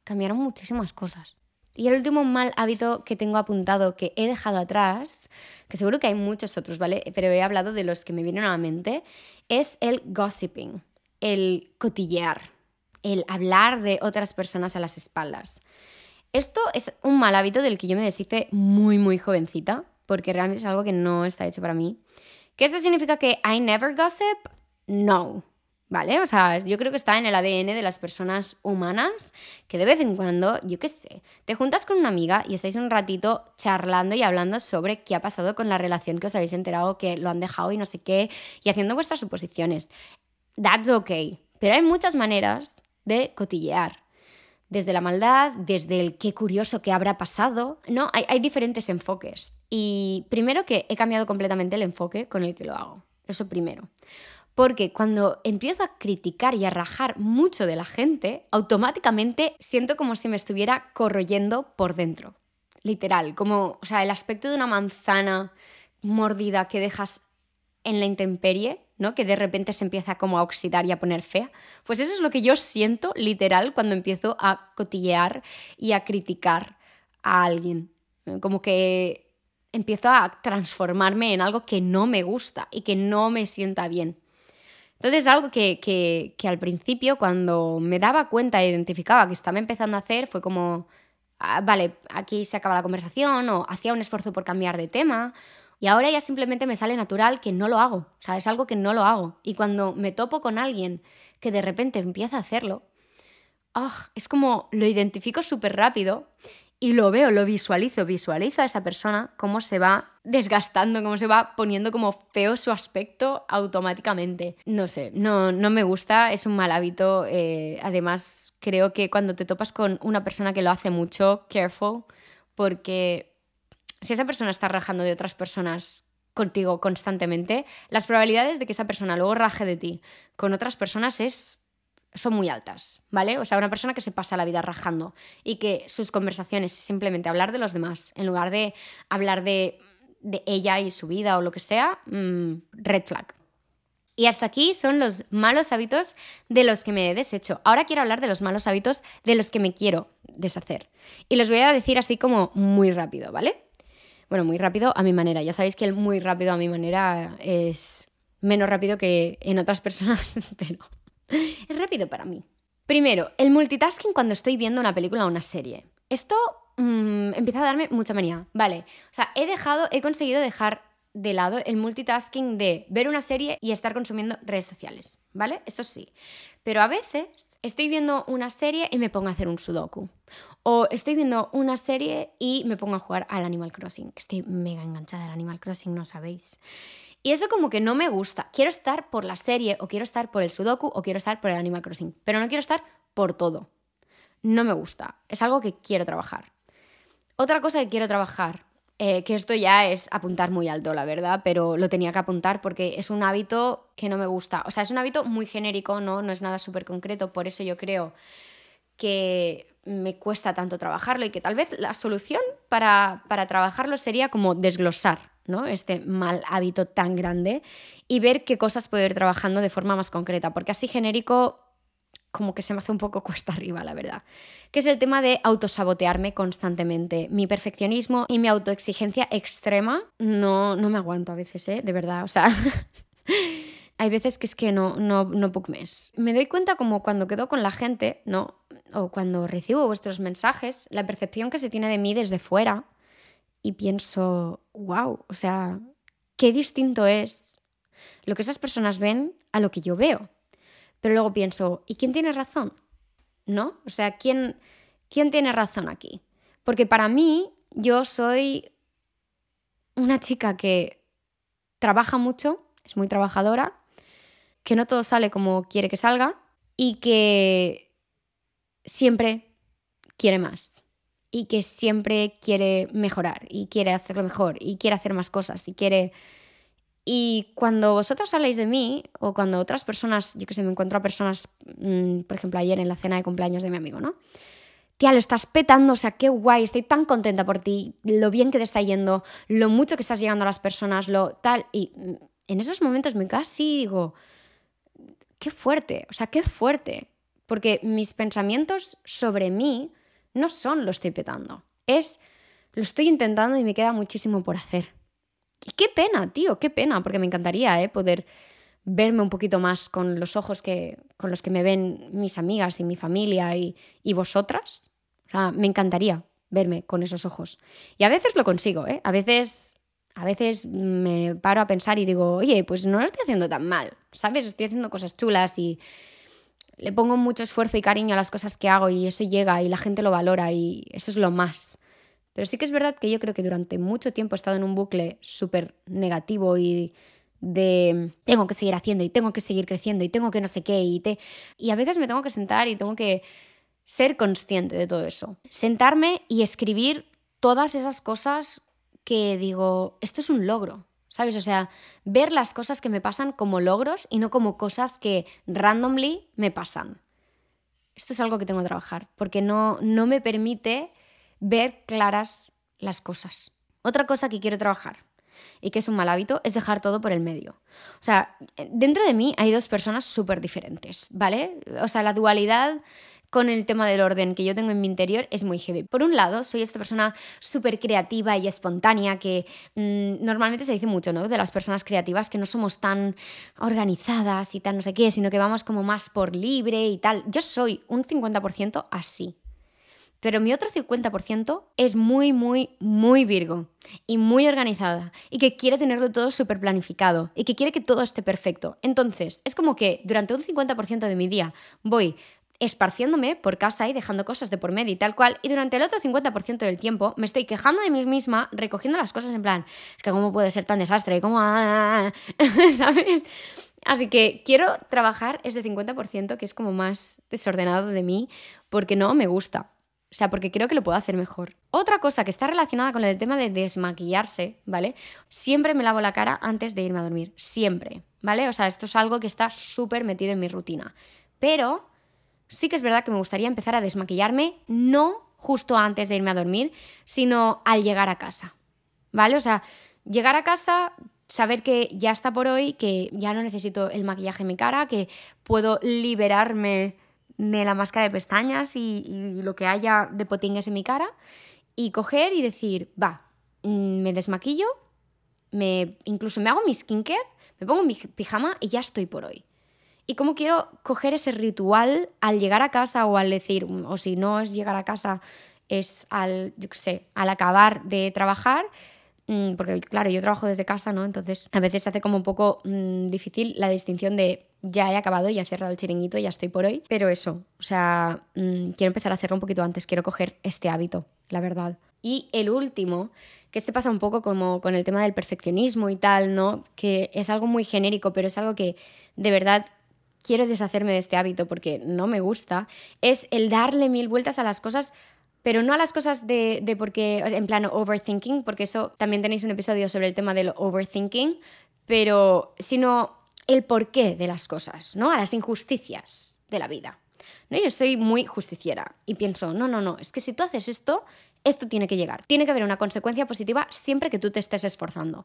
cambiaron muchísimas cosas. Y el último mal hábito que tengo apuntado, que he dejado atrás, que seguro que hay muchos otros, ¿vale? Pero he hablado de los que me vienen a la mente, es el gossiping, el cotillear, el hablar de otras personas a las espaldas. Esto es un mal hábito del que yo me deshice muy, muy jovencita, porque realmente es algo que no está hecho para mí. ¿Que esto significa que I never gossip? No. ¿Vale? O sea, yo creo que está en el A D N de las personas humanas, que de vez en cuando, yo qué sé, te juntas con una amiga y estáis un ratito charlando y hablando sobre qué ha pasado con la relación que os habéis enterado, que lo han dejado y no sé qué, y haciendo vuestras suposiciones. That's okay. Pero hay muchas maneras de cotillear. Desde la maldad, desde el qué curioso que habrá pasado, ¿no? Hay, hay diferentes enfoques. Y primero que he cambiado completamente el enfoque con el que lo hago. Eso primero. Porque cuando empiezo a criticar y a rajar mucho de la gente, automáticamente siento como si me estuviera corroyendo por dentro. Literal, como, o sea, el aspecto de una manzana mordida que dejas en la intemperie, ¿no? Que de repente se empieza como a oxidar y a poner fea. Pues eso es lo que yo siento, literal, cuando empiezo a cotillear y a criticar a alguien. Como que empiezo a transformarme en algo que no me gusta y que no me sienta bien. Entonces, algo que, que, que al principio, cuando me daba cuenta e identificaba que estaba empezando a hacer, fue como, ah, vale, aquí se acaba la conversación, o hacía un esfuerzo por cambiar de tema, y ahora ya simplemente me sale natural que no lo hago. O sea, es algo que no lo hago. Y cuando me topo con alguien que de repente empieza a hacerlo, oh, es como lo identifico súper rápido y lo veo, lo visualizo, visualizo a esa persona cómo se va desgastando, cómo se va poniendo como feo su aspecto automáticamente. No sé, no, no me gusta, es un mal hábito. Eh, además, creo que cuando te topas con una persona que lo hace mucho, careful, porque si esa persona está rajando de otras personas contigo constantemente, las probabilidades de que esa persona luego raje de ti con otras personas es... son muy altas, ¿vale? O sea, una persona que se pasa la vida rajando y que sus conversaciones es simplemente hablar de los demás en lugar de hablar de, de ella y su vida o lo que sea, mmm, red flag. Y hasta aquí son los malos hábitos de los que me he deshecho. Ahora quiero hablar de los malos hábitos de los que me quiero deshacer. Y los voy a decir así como muy rápido, ¿vale? Bueno, muy rápido a mi manera. Ya sabéis que el muy rápido a mi manera es menos rápido que en otras personas, pero... es rápido para mí. Primero, el multitasking cuando estoy viendo una película o una serie. Esto mmm, empieza a darme mucha manía. Vale, o sea, he dejado, he conseguido dejar de lado el multitasking de ver una serie y estar consumiendo redes sociales, ¿vale? Esto sí. Pero a veces estoy viendo una serie y me pongo a hacer un sudoku. O estoy viendo una serie y me pongo a jugar al Animal Crossing. Estoy mega enganchada al Animal Crossing, no sabéis. Y eso como que no me gusta. Quiero estar por la serie, o quiero estar por el sudoku, o quiero estar por el Animal Crossing. Pero no quiero estar por todo. No me gusta. Es algo que quiero trabajar. Otra cosa que quiero trabajar, eh, que esto ya es apuntar muy alto, la verdad, pero lo tenía que apuntar porque es un hábito que no me gusta. O sea, es un hábito muy genérico, ¿no? No es nada súper concreto. Por eso yo creo que me cuesta tanto trabajarlo y que tal vez la solución para, para trabajarlo sería como desglosar, ¿no? Este mal hábito tan grande y ver qué cosas puedo ir trabajando de forma más concreta, porque así genérico como que se me hace un poco cuesta arriba, la verdad. Que es el tema de autosabotearme constantemente. Mi perfeccionismo y mi autoexigencia extrema no, no me aguanto a veces, ¿eh? De verdad, o sea... Hay veces que es que no, no, no puc més. Me doy cuenta como cuando quedo con la gente, ¿no? O cuando recibo vuestros mensajes, la percepción que se tiene de mí desde fuera y pienso, wow, o sea, qué distinto es lo que esas personas ven a lo que yo veo. Pero luego pienso, ¿y quién tiene razón? ¿No? O sea, ¿quién, quién tiene razón aquí? Porque para mí, yo soy una chica que trabaja mucho, es muy trabajadora, que no todo sale como quiere que salga y que siempre quiere más y que siempre quiere mejorar y quiere hacerlo mejor y quiere hacer más cosas y quiere... Y cuando vosotros habláis de mí o cuando otras personas, yo que sé, me encuentro a personas, mmm, por ejemplo, ayer en la cena de cumpleaños de mi amigo, ¿no? Tía, lo estás petando, o sea, qué guay, estoy tan contenta por ti, lo bien que te está yendo, lo mucho que estás llegando a las personas, lo tal... Y en esos momentos me quedo así y digo... Qué fuerte, o sea, qué fuerte. Porque mis pensamientos sobre mí no son lo estoy petando, es lo estoy intentando y me queda muchísimo por hacer. Y qué pena, tío, qué pena, porque me encantaría ¿eh? poder verme un poquito más con los ojos que, con los que me ven mis amigas y mi familia y, y vosotras. O sea, me encantaría verme con esos ojos. Y a veces lo consigo, ¿eh? A veces, a veces me paro a pensar y digo, oye, pues no lo estoy haciendo tan mal, ¿sabes? Estoy haciendo cosas chulas y le pongo mucho esfuerzo y cariño a las cosas que hago y eso llega y la gente lo valora y eso es lo más. Pero sí que es verdad que yo creo que durante mucho tiempo he estado en un bucle súper negativo y de tengo que seguir haciendo y tengo que seguir creciendo y tengo que no sé qué y, te... y a veces me tengo que sentar y tengo que ser consciente de todo eso. Sentarme y escribir todas esas cosas que digo, esto es un logro, ¿sabes? O sea, ver las cosas que me pasan como logros y no como cosas que randomly me pasan. Esto es algo que tengo que trabajar porque no, no me permite ver claras las cosas. Otra cosa que quiero trabajar y que es un mal hábito es dejar todo por el medio. O sea, dentro de mí hay dos personas súper diferentes, ¿vale? O sea, la dualidad con el tema del orden que yo tengo en mi interior es muy heavy. Por un lado, soy esta persona súper creativa y espontánea que mmm, normalmente se dice mucho, ¿no? De las personas creativas que no somos tan organizadas y tan no sé qué, sino que vamos como más por libre y tal. Yo soy un cincuenta por ciento así. Pero mi otro cincuenta por ciento es muy, muy, muy Virgo y muy organizada y que quiere tenerlo todo súper planificado y que quiere que todo esté perfecto. Entonces, es como que durante un cincuenta por ciento de mi día voy esparciéndome por casa y dejando cosas de por medio y tal cual, y durante el otro cincuenta por ciento del tiempo me estoy quejando de mí misma, recogiendo las cosas en plan, es que cómo puede ser tan desastre, cómo... ¿sabes? Así que quiero trabajar ese cincuenta por ciento que es como más desordenado de mí porque no me gusta. O sea, porque creo que lo puedo hacer mejor. Otra cosa que está relacionada con el tema de desmaquillarse, ¿vale? Siempre me lavo la cara antes de irme a dormir. Siempre, ¿vale? O sea, esto es algo que está súper metido en mi rutina. Pero sí que es verdad que me gustaría empezar a desmaquillarme no justo antes de irme a dormir, sino al llegar a casa, ¿vale? O sea, llegar a casa, saber que ya está por hoy, que ya no necesito el maquillaje en mi cara, que puedo liberarme de la máscara de pestañas y, y lo que haya de potingues en mi cara y coger y decir, va, me desmaquillo, me, incluso me hago mi skincare, me pongo mi pijama y ya estoy por hoy. Y cómo quiero coger ese ritual al llegar a casa o al decir, o si no es llegar a casa, es al, yo qué sé, al acabar de trabajar, porque claro, yo trabajo desde casa, ¿no? Entonces a veces se hace como un poco mmm, difícil la distinción de ya he acabado, ya he cerrado el chiringuito, ya estoy por hoy. Pero eso, o sea, mmm, quiero empezar a hacerlo un poquito antes, quiero coger este hábito, la verdad. Y el último, que este pasa un poco como con el tema del perfeccionismo y tal, ¿no? Que es algo muy genérico, pero es algo que de verdad quiero deshacerme de este hábito porque no me gusta, es el darle mil vueltas a las cosas. Pero no a las cosas de, de porque, en plan overthinking, porque eso también tenéis un episodio sobre el tema del overthinking, pero sino el porqué de las cosas, ¿no? A las injusticias de la vida, ¿no? Yo soy muy justiciera y pienso, no, no, no, es que si tú haces esto, esto tiene que llegar. Tiene que haber una consecuencia positiva siempre que tú te estés esforzando.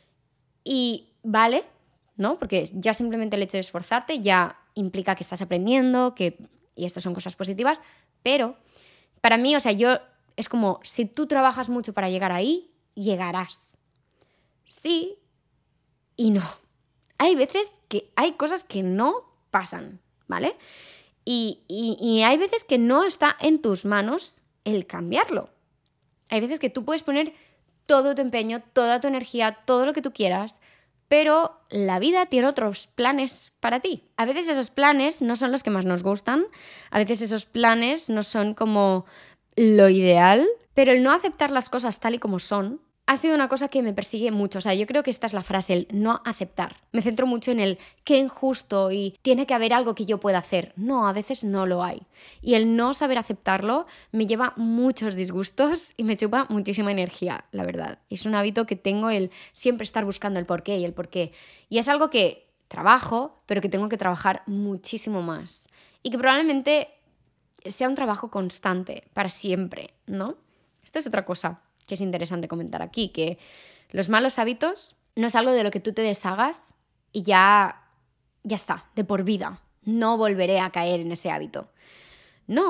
Y vale, ¿no? Porque ya simplemente el hecho de esforzarte ya implica que estás aprendiendo, que y estas son cosas positivas, pero para mí, o sea, yo es como, si tú trabajas mucho para llegar ahí, llegarás. Sí y no. Hay veces que hay cosas que no pasan, ¿vale? Y, y, y hay veces que no está en tus manos el cambiarlo. Hay veces que tú puedes poner todo tu empeño, toda tu energía, todo lo que tú quieras, pero la vida tiene otros planes para ti. A veces esos planes no son los que más nos gustan, a veces esos planes no son como lo ideal, pero el no aceptar las cosas tal y como son ha sido una cosa que me persigue mucho. O sea, yo creo que esta es la frase, el no aceptar. Me centro mucho en el qué injusto y tiene que haber algo que yo pueda hacer. No, a veces no lo hay. Y el no saber aceptarlo me lleva muchos disgustos y me chupa muchísima energía, la verdad. Es un hábito que tengo, el siempre estar buscando el porqué y el porqué. Y es algo que trabajo, pero que tengo que trabajar muchísimo más. Y que probablemente sea un trabajo constante para siempre, ¿no? Esto es otra cosa que es interesante comentar aquí, que los malos hábitos no es algo de lo que tú te deshagas y ya, ya está, de por vida. No volveré a caer en ese hábito. No,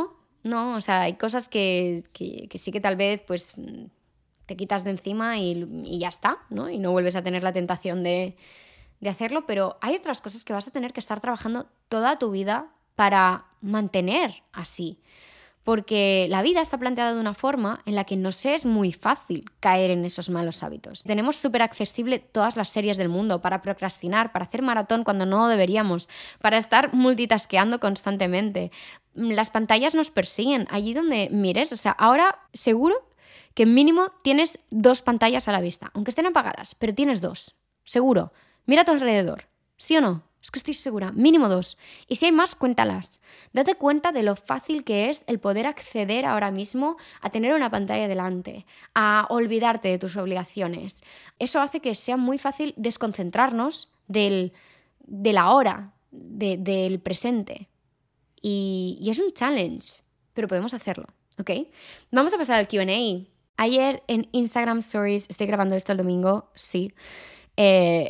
¿no? O sea, hay cosas que, que, que sí que tal vez pues te quitas de encima y, y ya está, ¿no? Y no vuelves a tener la tentación de, de hacerlo, pero hay otras cosas que vas a tener que estar trabajando toda tu vida para mantener así. Porque la vida está planteada de una forma en la que nos es muy fácil caer en esos malos hábitos. Tenemos súper accesible todas las series del mundo para procrastinar, para hacer maratón cuando no deberíamos, para estar multitaskeando constantemente. Las pantallas nos persiguen allí donde mires. O sea, ahora seguro que mínimo tienes dos pantallas a la vista, aunque estén apagadas, pero tienes dos. Seguro. Mira a tu alrededor. ¿Sí o no? Es que estoy segura, mínimo dos. Y si hay más, cuéntalas. Date cuenta de lo fácil que es el poder acceder ahora mismo a tener una pantalla delante, a olvidarte de tus obligaciones. Eso hace que sea muy fácil desconcentrarnos del, de la hora, de, del presente. Y, y es un challenge, pero podemos hacerlo, ¿ok? Vamos a pasar al Q and A. Ayer en Instagram Stories, estoy grabando esto el domingo, sí. Eh...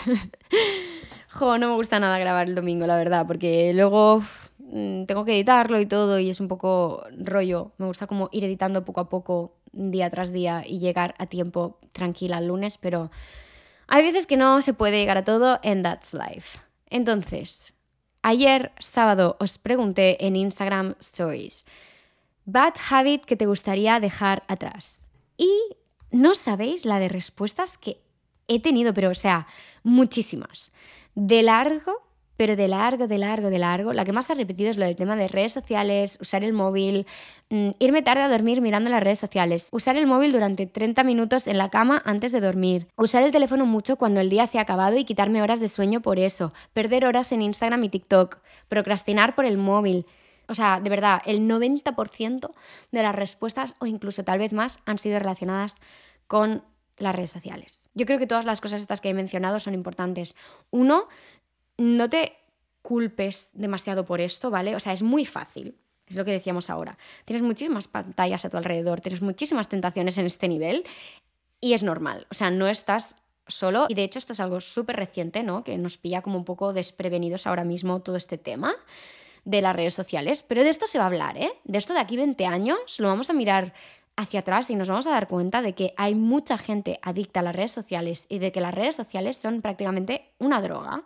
Jo, no me gusta nada grabar el domingo, la verdad, porque luego mmm, tengo que editarlo y todo y es un poco rollo. Me gusta como ir editando poco a poco, día tras día y llegar a tiempo tranquila el lunes, pero hay veces que no se puede llegar a todo and that's life. Entonces, ayer sábado os pregunté en Instagram Stories, bad habit que te gustaría dejar atrás. Y no sabéis la de respuestas que he tenido, pero o sea, muchísimas. De largo, pero de largo, de largo, de largo. La que más ha repetido es lo del tema de redes sociales, usar el móvil, mmm, irme tarde a dormir mirando las redes sociales, usar el móvil durante treinta minutos en la cama antes de dormir, usar el teléfono mucho cuando el día se ha acabado y quitarme horas de sueño por eso, perder horas en Instagram y TikTok, procrastinar por el móvil. O sea, de verdad, el noventa por ciento de las respuestas, o incluso tal vez más, han sido relacionadas con las redes sociales. Yo creo que todas las cosas estas que he mencionado son importantes. Uno, no te culpes demasiado por esto, ¿vale? O sea, es muy fácil, es lo que decíamos ahora. Tienes muchísimas pantallas a tu alrededor, tienes muchísimas tentaciones en este nivel y es normal. O sea, no estás solo y de hecho esto es algo súper reciente, ¿no? Que nos pilla como un poco desprevenidos ahora mismo todo este tema de las redes sociales, pero de esto se va a hablar, ¿eh? De esto de aquí veinte años lo vamos a mirar hacia atrás y nos vamos a dar cuenta de que hay mucha gente adicta a las redes sociales y de que las redes sociales son prácticamente una droga.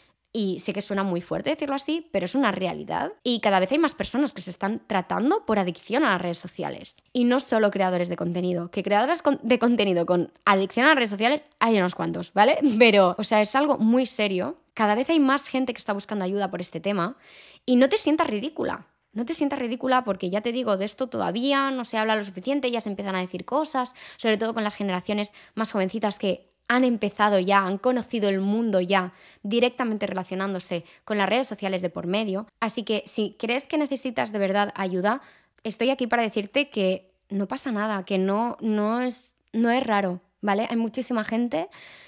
Y sé que suena muy fuerte decirlo así, pero es una realidad. Y cada vez hay más personas que se están tratando por adicción a las redes sociales. Y no solo creadores de contenido, que creadores de contenido con adicción a las redes sociales hay unos cuantos, ¿vale? Pero, o sea, es algo muy serio. Cada vez hay más gente que está buscando ayuda por este tema y no te sientas ridícula. No te sientas ridícula porque ya te digo, de esto todavía no se habla lo suficiente, ya se empiezan a decir cosas, sobre todo con las generaciones más jovencitas que han empezado ya, han conocido el mundo ya directamente relacionándose con las redes sociales de por medio. Así que si crees que necesitas de verdad ayuda, estoy aquí para decirte que no pasa nada, que no, no, es, no es raro, ¿vale? Hay muchísima gente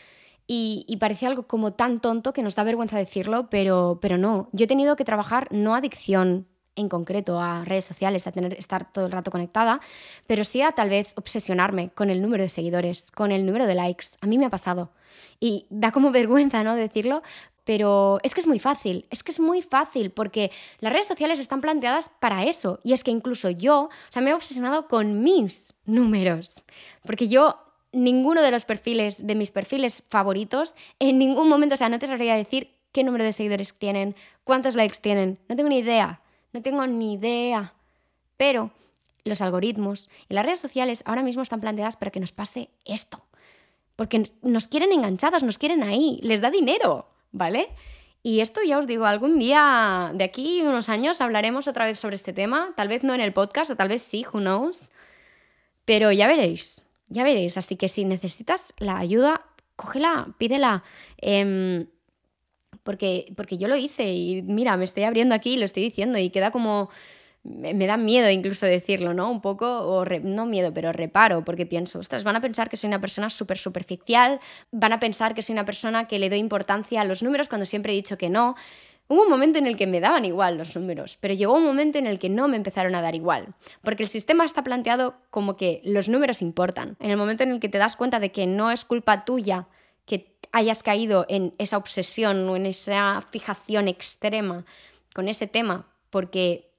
y, y parece algo como tan tonto que nos da vergüenza decirlo, pero, pero no. Yo he tenido que trabajar no adicción en concreto a redes sociales, a tener estar todo el rato conectada, pero sí a tal vez obsesionarme con el número de seguidores, con el número de likes. A mí me ha pasado y da como vergüenza, ¿no?, decirlo, pero es que es muy fácil, es que es muy fácil porque las redes sociales están planteadas para eso y es que incluso yo, o sea, me he obsesionado con mis números, porque yo ninguno de los perfiles, de mis perfiles favoritos, en ningún momento, o sea, no te sabría decir qué número de seguidores tienen, cuántos likes tienen, no tengo ni idea. No tengo ni idea, pero los algoritmos y las redes sociales ahora mismo están planteadas para que nos pase esto, porque nos quieren enganchados, nos quieren ahí, les da dinero, ¿vale? Y esto ya os digo, algún día de aquí unos años hablaremos otra vez sobre este tema, tal vez no en el podcast o tal vez sí, who knows, pero ya veréis, ya veréis, así que si necesitas la ayuda, cógela, pídela, eh, Porque, porque yo lo hice y mira, me estoy abriendo aquí y lo estoy diciendo y queda como... Me da miedo incluso decirlo, ¿no? Un poco, o re, no miedo, pero reparo, porque pienso, ostras, van a pensar que soy una persona súper superficial, van a pensar que soy una persona que le doy importancia a los números cuando siempre he dicho que no. Hubo un momento en el que me daban igual los números, pero llegó un momento en el que no me empezaron a dar igual, porque el sistema está planteado como que los números importan. En el momento en el que te das cuenta de que no es culpa tuya que hayas caído en esa obsesión o en esa fijación extrema con ese tema, porque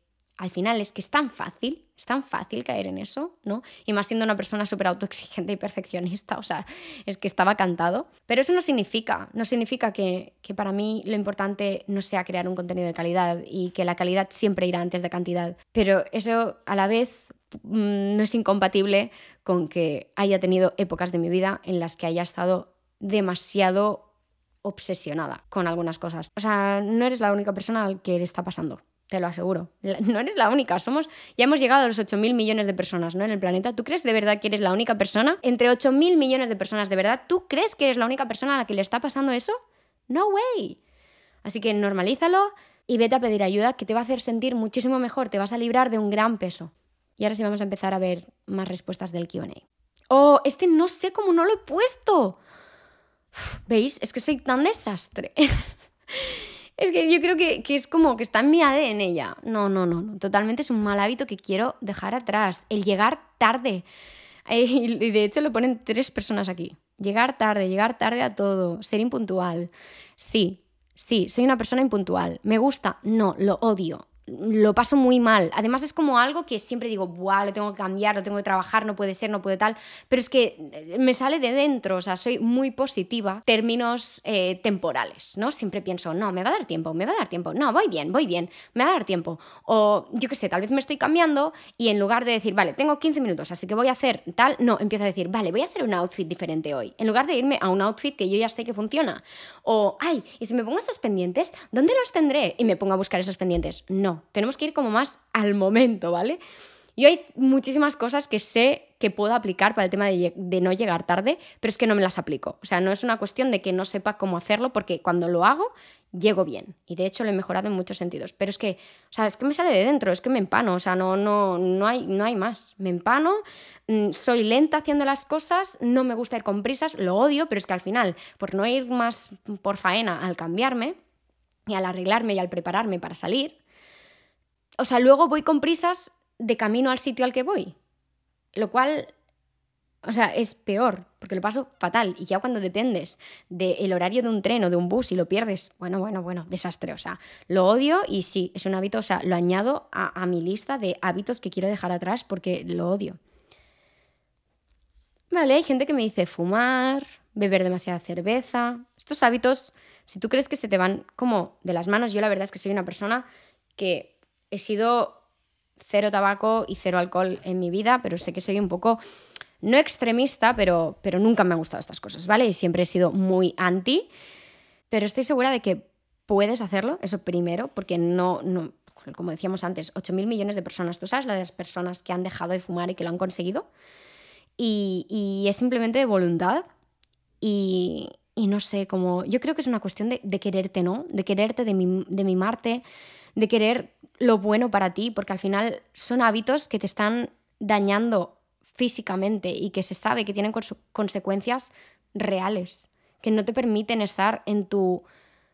al final es que es tan fácil, es tan fácil caer en eso, ¿no? Y más siendo una persona súper autoexigente y perfeccionista, o sea, es que estaba cantado. Pero eso no significa, no significa que, que para mí lo importante no sea crear un contenido de calidad y que la calidad siempre irá antes de cantidad. Pero eso a la vez mmm, no es incompatible con que haya tenido épocas de mi vida en las que haya estado demasiado obsesionada con algunas cosas. O sea, no eres la única persona al que le está pasando. Te lo aseguro. No eres la única. Somos, ya hemos llegado a los ocho mil millones de personas, ¿no? En el planeta. ¿Tú crees de verdad que eres la única persona? Entre ocho mil millones de personas, ¿de verdad tú crees que eres la única persona a la que le está pasando eso? No way. Así que normalízalo y vete a pedir ayuda, que te va a hacer sentir muchísimo mejor. Te vas a librar de un gran peso. Y ahora sí vamos a empezar a ver más respuestas del Q and A. Oh, este no sé cómo no lo he puesto. ¿Veis? Es que soy tan desastre. Es que yo creo que, que es como que está en mi A D N ya. No, no, no, no. Totalmente es un mal hábito que quiero dejar atrás. El llegar tarde. Y de hecho lo ponen tres personas aquí. Llegar tarde, llegar tarde a todo. Ser impuntual. Sí, sí, soy una persona impuntual. ¿Me gusta? No, lo odio. Lo paso muy mal. Además es como algo que siempre digo, buah, lo tengo que cambiar, lo tengo que trabajar, no puede ser, no puede tal. Pero es que me sale de dentro, o sea, soy muy positiva. Términos eh, temporales, ¿no? Siempre pienso, no, me va a dar tiempo, me va a dar tiempo. No, voy bien, voy bien, me va a dar tiempo. O yo qué sé, tal vez me estoy cambiando y en lugar de decir, vale, tengo quince minutos, así que voy a hacer tal, no, empiezo a decir, vale, voy a hacer un outfit diferente hoy. En lugar de irme a un outfit que yo ya sé que funciona. O, ay, y si me pongo esos pendientes, ¿dónde los tendré? Y me pongo a buscar esos pendientes. No. Tenemos que ir como más al momento, ¿vale? Yo hay muchísimas cosas que sé que puedo aplicar para el tema de, de no llegar tarde, pero es que no me las aplico. O sea, no es una cuestión de que no sepa cómo hacerlo, porque cuando lo hago, llego bien. Y de hecho lo he mejorado en muchos sentidos. Pero es que, o sea, es que me sale de dentro, es que me empano. O sea, no, no, no, hay, no hay más. Me empano, soy lenta haciendo las cosas, no me gusta ir con prisas, lo odio, pero es que al final, por no ir más por faena al cambiarme y al arreglarme y al prepararme para salir, o sea, luego voy con prisas de camino al sitio al que voy. Lo cual, o sea, es peor, porque lo paso fatal. Y ya cuando dependes del horario de un tren o de un bus y lo pierdes, bueno, bueno, bueno, desastre. O sea, lo odio y sí, es un hábito, o sea, lo añado a, a mi lista de hábitos que quiero dejar atrás porque lo odio. Vale, hay gente que me dice fumar, beber demasiada cerveza. Estos hábitos, si tú crees que se te van como de las manos, yo la verdad es que soy una persona que he sido cero tabaco y cero alcohol en mi vida, pero sé que soy un poco, no extremista, pero, pero nunca me han gustado estas cosas, ¿vale? Y siempre he sido muy anti, pero estoy segura de que puedes hacerlo, eso primero, porque no, no como decíamos antes, ocho mil millones de personas. ¿Tú sabes las personas que han dejado de fumar y que lo han conseguido? Y, y es simplemente de voluntad y, y no sé, como yo creo que es una cuestión de, de quererte, ¿no? De quererte, de, mim, de mimarte, de querer lo bueno para ti, porque al final son hábitos que te están dañando físicamente y que se sabe que tienen cons- consecuencias reales, que no te permiten estar en tu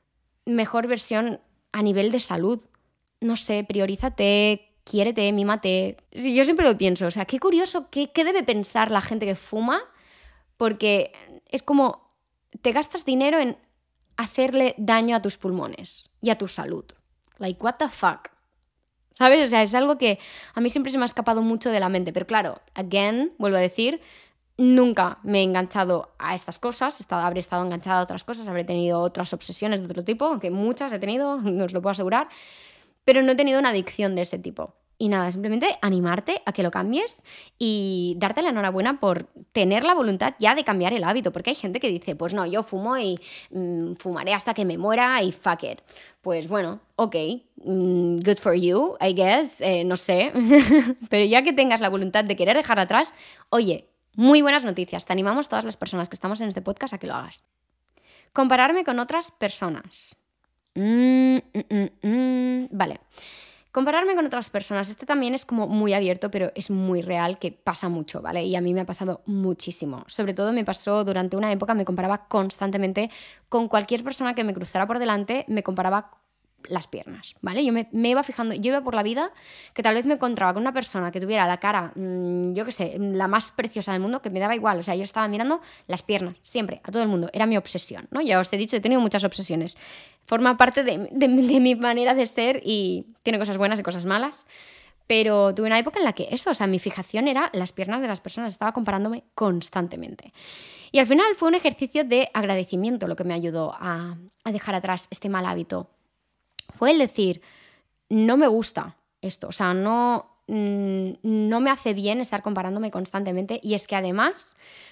mejor versión a nivel de salud. No sé, priorízate, quiérete, mímate. Sí, yo siempre lo pienso, o sea, qué curioso, qué, qué debe pensar la gente que fuma, porque es como te gastas dinero en hacerle daño a tus pulmones y a tu salud. Like, what the fuck? ¿Sabes? O sea, es algo que a mí siempre se me ha escapado mucho de la mente. Pero claro, again, vuelvo a decir, nunca me he enganchado a estas cosas. Estado, habré estado enganchada a otras cosas, habré tenido otras obsesiones de otro tipo, aunque muchas he tenido, no os lo puedo asegurar. Pero no he tenido una adicción de ese tipo. Y nada, simplemente animarte a que lo cambies y darte la enhorabuena por tener la voluntad ya de cambiar el hábito. Porque hay gente que dice, pues no, yo fumo y mmm, fumaré hasta que me muera y fuck it. Pues bueno, ok, mm, good for you, I guess, eh, no sé. Pero ya que tengas la voluntad de querer dejar atrás, oye, muy buenas noticias. Te animamos todas las personas que estamos en este podcast a que lo hagas. Compararme con otras personas. Mm, mm, mm, mm. Vale. Compararme con otras personas, este también es como muy abierto, pero es muy real, que pasa mucho, ¿vale? Y a mí me ha pasado muchísimo. Sobre todo me pasó durante una época, me comparaba constantemente con cualquier persona que me cruzara por delante, me comparaba las piernas, ¿vale? Yo me, me iba fijando, yo iba por la vida que tal vez me encontraba con una persona que tuviera la cara, mmm, yo qué sé, la más preciosa del mundo, que me daba igual, o sea, yo estaba mirando las piernas, siempre, a todo el mundo, era mi obsesión, ¿no? Ya os he dicho, he tenido muchas obsesiones, forma parte de, de, de mi manera de ser y tiene cosas buenas y cosas malas, pero tuve una época en la que eso, o sea, mi fijación era las piernas de las personas, estaba comparándome constantemente. Y al final fue un ejercicio de agradecimiento lo que me ayudó a, a dejar atrás este mal hábito. Fue el decir, no me gusta esto, o sea, no, no me hace bien estar comparándome constantemente y es que además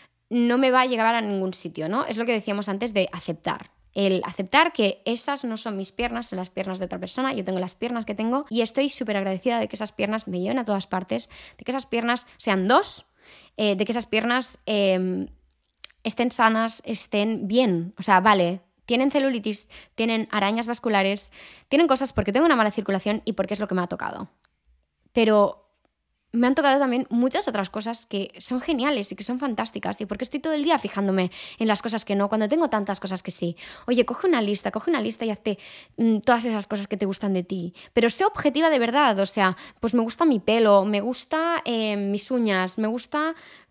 no me va a llegar a ningún sitio, ¿no? Es lo que decíamos antes de aceptar. El aceptar que esas no son mis piernas, son las piernas de otra persona, yo tengo las piernas que tengo y estoy súper agradecida de que esas piernas me lleven a todas partes, de que esas piernas sean dos, eh, de que esas piernas eh, estén sanas, estén bien. O sea, vale, tienen celulitis, tienen arañas vasculares, tienen cosas porque tengo una mala circulación y porque es lo que me ha tocado. Pero me han tocado también muchas otras cosas que son geniales y que son fantásticas. ¿Y porque estoy todo el día fijándome en las cosas que no, cuando tengo tantas cosas que sí? Oye, coge una lista, coge una lista y hazte mmm, todas esas cosas que te gustan de ti. Pero sé objetiva de verdad. O sea, pues me gusta mi pelo, me gusta eh, mis uñas, me gusta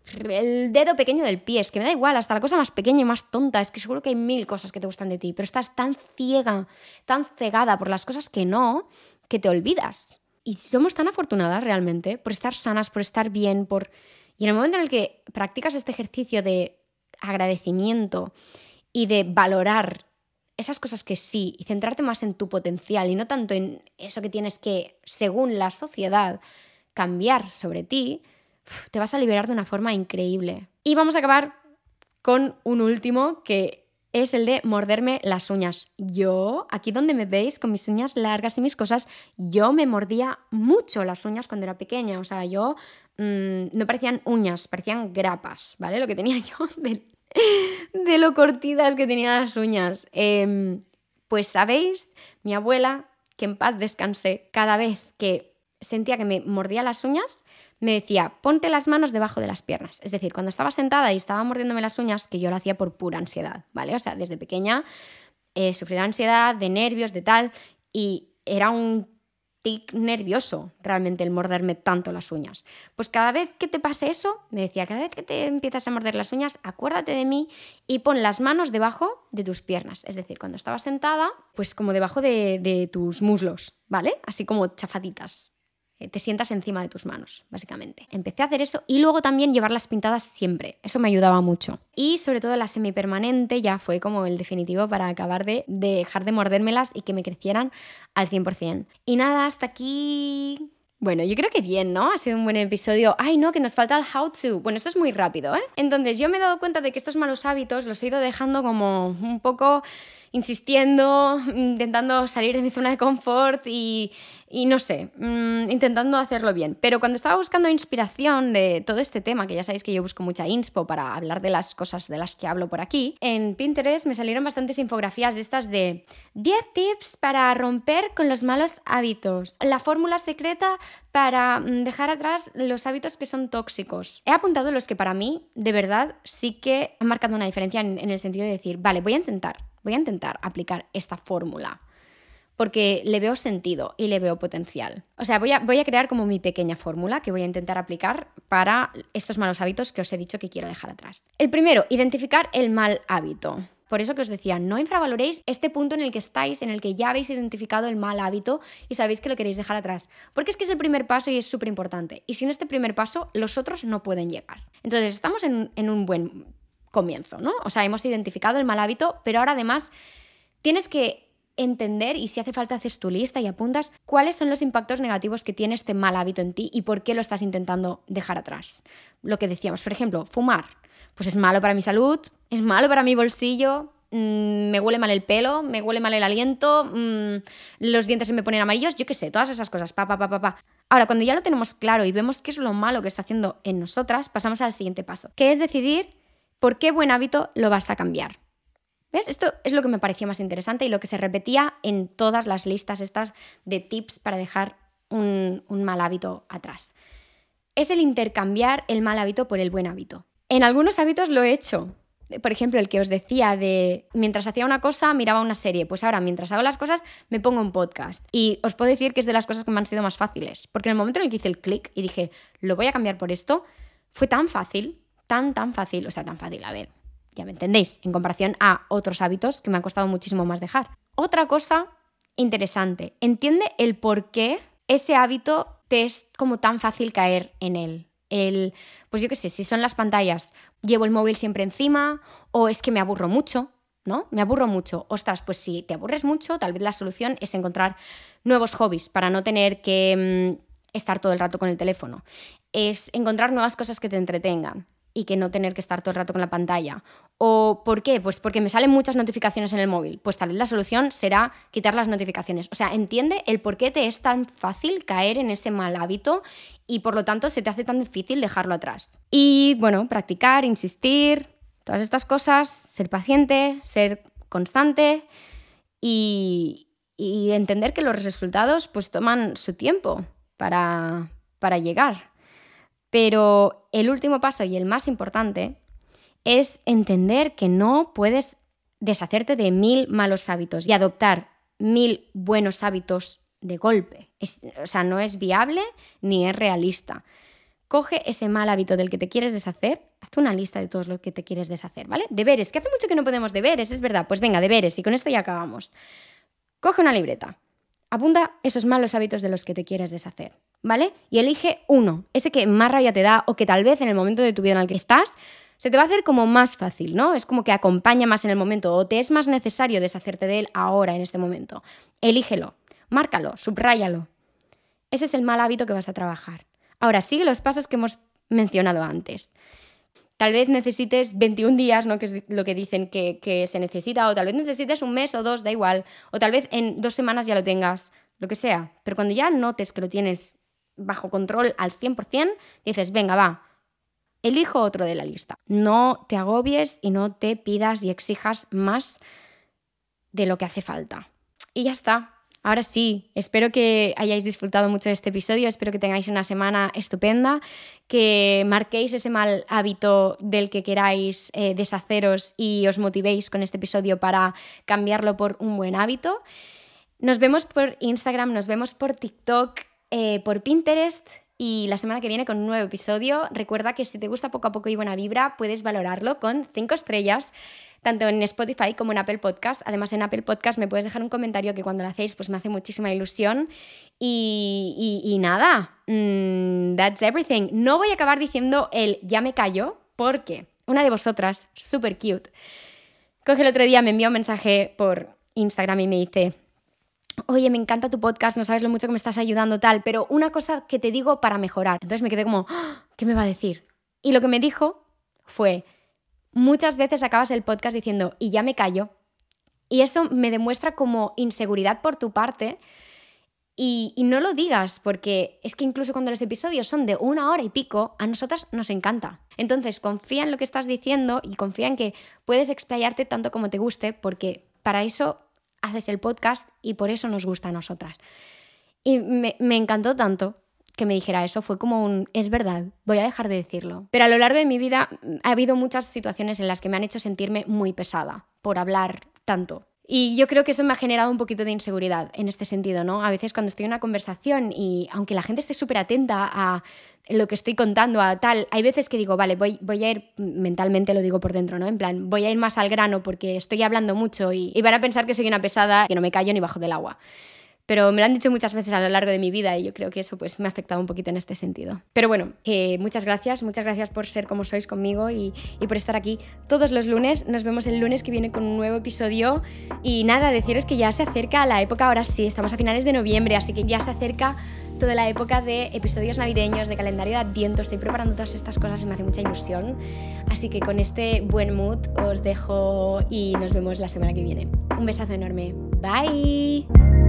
el dedo pequeño del pie. Es que me da igual, hasta la cosa más pequeña y más tonta. Es que seguro que hay mil cosas que te gustan de ti. Pero estás tan ciega, tan cegada por las cosas que no, que te olvidas. Y somos tan afortunadas realmente por estar sanas, por estar bien, por... Y en el momento en el que practicas este ejercicio de agradecimiento y de valorar esas cosas que sí y centrarte más en tu potencial y no tanto en eso que tienes que, según la sociedad, cambiar sobre ti, te vas a liberar de una forma increíble. Y vamos a acabar con un último que es el de morderme las uñas. Yo, aquí donde me veis con mis uñas largas y mis cosas, yo me mordía mucho las uñas cuando era pequeña. O sea, yo mmm, no parecían uñas, parecían grapas, ¿vale? Lo que tenía yo de, de lo cortitas que tenía las uñas. Eh, pues sabéis, mi abuela, que en paz descanse, cada vez que sentía que me mordía las uñas, me decía, ponte las manos debajo de las piernas. Es decir, cuando estaba sentada y estaba mordiéndome las uñas, que yo lo hacía por pura ansiedad, ¿vale? O sea, desde pequeña eh, sufrí de ansiedad, de nervios, de tal, y era un tic nervioso realmente el morderme tanto las uñas. Pues cada vez que te pase eso, me decía, cada vez que te empiezas a morder las uñas, acuérdate de mí y pon las manos debajo de tus piernas. Es decir, cuando estabas sentada, pues como debajo de, de tus muslos, ¿vale? Así como chafaditas. Te sientas encima de tus manos, básicamente. Empecé a hacer eso y luego también llevarlas pintadas siempre. Eso me ayudaba mucho. Y sobre todo la semipermanente ya fue como el definitivo para acabar de, de dejar de mordérmelas y que me crecieran al cien por ciento. Y nada, hasta aquí... Bueno, yo creo que bien, ¿no? Ha sido un buen episodio. ¡Ay, no! Que nos falta el how to. Bueno, esto es muy rápido, ¿eh? Entonces, yo me he dado cuenta de que estos malos hábitos los he ido dejando como un poco insistiendo, intentando salir de mi zona de confort y, y no sé, mmm, intentando hacerlo bien. Pero cuando estaba buscando inspiración de todo este tema, que ya sabéis que yo busco mucha inspo para hablar de las cosas de las que hablo por aquí, en Pinterest me salieron bastantes infografías de estas de diez tips para romper con los malos hábitos, la fórmula secreta para dejar atrás los hábitos que son tóxicos. He apuntado los que para mí, de verdad, sí que han marcado una diferencia en, en el sentido de decir, vale, voy a intentar, voy a intentar aplicar esta fórmula, porque le veo sentido y le veo potencial. O sea, voy a, voy a crear como mi pequeña fórmula que voy a intentar aplicar para estos malos hábitos que os he dicho que quiero dejar atrás. El primero, identificar el mal hábito. Por eso que os decía, no infravaloréis este punto en el que estáis, en el que ya habéis identificado el mal hábito y sabéis que lo queréis dejar atrás. Porque es que es el primer paso y es súper importante. Y sin este primer paso, los otros no pueden llegar. Entonces, estamos en, en un buen comienzo, ¿no? O sea, hemos identificado el mal hábito, pero ahora además tienes que entender, y si hace falta haces tu lista y apuntas cuáles son los impactos negativos que tiene este mal hábito en ti y por qué lo estás intentando dejar atrás. Lo que decíamos, por ejemplo, fumar. Pues es malo para mi salud, es malo para mi bolsillo, mmm, me huele mal el pelo, me huele mal el aliento, mmm, los dientes se me ponen amarillos, yo qué sé, todas esas cosas, pa, pa, pa, pa, pa. Ahora, cuando ya lo tenemos claro y vemos qué es lo malo que está haciendo en nosotras, pasamos al siguiente paso, que es decidir por qué buen hábito lo vas a cambiar. ¿Ves? Esto es lo que me pareció más interesante y lo que se repetía en todas las listas estas de tips para dejar un, un mal hábito atrás. Es el intercambiar el mal hábito por el buen hábito. En algunos hábitos lo he hecho, Por ejemplo, el que os decía de mientras hacía una cosa miraba una serie, pues ahora mientras hago las cosas me pongo un podcast. Y os puedo decir que es de las cosas que me han sido más fáciles, porque en el momento en el que hice el clic y dije, lo voy a cambiar por esto, fue tan fácil, tan, tan fácil, o sea, tan fácil, a ver, ya me entendéis, en comparación a otros hábitos que me han costado muchísimo más dejar. Otra cosa interesante, entiende el por qué ese hábito te es como tan fácil caer en él. El, pues yo qué sé, si son las pantallas, llevo el móvil siempre encima, o es que me aburro mucho, ¿no? Me aburro mucho. Ostras, pues si te aburres mucho, tal vez la solución es encontrar nuevos hobbies para no tener que mmm, estar todo el rato con el teléfono. Es encontrar nuevas cosas que te entretengan y que no tener que estar todo el rato con la pantalla. ¿O por qué? Pues porque me salen muchas notificaciones en el móvil. Pues tal vez la solución será quitar las notificaciones. O sea, entiende el por qué te es tan fácil caer en ese mal hábito y por lo tanto se te hace tan difícil dejarlo atrás. Y bueno, practicar, insistir, todas estas cosas, ser paciente, ser constante y, y entender que los resultados pues toman su tiempo para, para llegar. Pero el último paso y el más importante es entender que no puedes deshacerte de mil malos hábitos y adoptar mil buenos hábitos de golpe. Es, o sea, no es viable ni es realista. Coge ese mal hábito del que te quieres deshacer, haz una lista de todos los que te quieres deshacer, ¿vale? Deberes, que hace mucho que no podemos deberes, es verdad. Pues venga, deberes, y con esto ya acabamos. Coge una libreta. Apunta esos malos hábitos de los que te quieres deshacer, ¿vale? Y elige uno, ese que más rabia te da o que tal vez en el momento de tu vida en el que estás se te va a hacer como más fácil, ¿no? Es como que acompaña más en el momento o te es más necesario deshacerte de él ahora, en este momento. Elígelo, márcalo, subráyalo. Ese es el mal hábito que vas a trabajar. Ahora, sigue los pasos que hemos mencionado antes. Tal vez necesites veintiún días, ¿no? Que es lo que dicen que, que se necesita, o tal vez necesites un mes o dos, da igual, o tal vez en dos semanas ya lo tengas, lo que sea. Pero cuando ya notes que lo tienes bajo control al cien por ciento, dices, venga, va, elijo otro de la lista. No te agobies y no te pidas y exijas más de lo que hace falta. Y ya está. Ahora sí, espero que hayáis disfrutado mucho de este episodio, espero que tengáis una semana estupenda, que marquéis ese mal hábito del que queráis eh, deshaceros y os motivéis con este episodio para cambiarlo por un buen hábito. Nos vemos por Instagram, nos vemos por TikTok, eh, por Pinterest y la semana que viene con un nuevo episodio. Recuerda que si te gusta Poco a Poco y Buena Vibra, puedes valorarlo con cinco estrellas, tanto en Spotify como en Apple Podcast. Además, en Apple Podcast me puedes dejar un comentario que cuando lo hacéis pues me hace muchísima ilusión. Y, y, y nada, mm, that's everything. No voy a acabar diciendo el ya me callo porque una de vosotras, súper cute, coge el otro día, me envió un mensaje por Instagram y me dice: oye, me encanta tu podcast, no sabes lo mucho que me estás ayudando, tal, pero una cosa que te digo para mejorar. Entonces me quedé como, ¿qué me va a decir? Y lo que me dijo fue: muchas veces acabas el podcast diciendo, y ya me callo. Y eso me demuestra como inseguridad por tu parte. Y, y no lo digas, porque es que incluso cuando los episodios son de una hora y pico, a nosotras nos encanta. Entonces, confía en lo que estás diciendo y confía en que puedes explayarte tanto como te guste, porque para eso haces el podcast y por eso nos gusta a nosotras. Y me, me encantó tanto que me dijera eso, fue como un, es verdad, voy a dejar de decirlo. Pero a lo largo de mi vida ha habido muchas situaciones en las que me han hecho sentirme muy pesada por hablar tanto. Y yo creo que eso me ha generado un poquito de inseguridad en este sentido, ¿no? A veces cuando estoy en una conversación y aunque la gente esté súper atenta a lo que estoy contando, a tal, hay veces que digo, vale, voy, voy a ir, mentalmente lo digo por dentro, ¿no? En plan, voy a ir más al grano porque estoy hablando mucho y, y van a pensar que soy una pesada, que no me callo ni bajo del agua. Pero me lo han dicho muchas veces a lo largo de mi vida y yo creo que eso pues me ha afectado un poquito en este sentido. Pero bueno, que muchas gracias, muchas gracias por ser como sois conmigo y, y por estar aquí todos los lunes. Nos vemos el lunes que viene con un nuevo episodio. Y nada, deciros que ya se acerca la época, ahora sí, estamos a finales de noviembre, así que ya se acerca toda la época de episodios navideños, de calendario de Adviento. Estoy preparando todas estas cosas y me hace mucha ilusión. Así que con este buen mood os dejo y nos vemos la semana que viene. Un besazo enorme. Bye.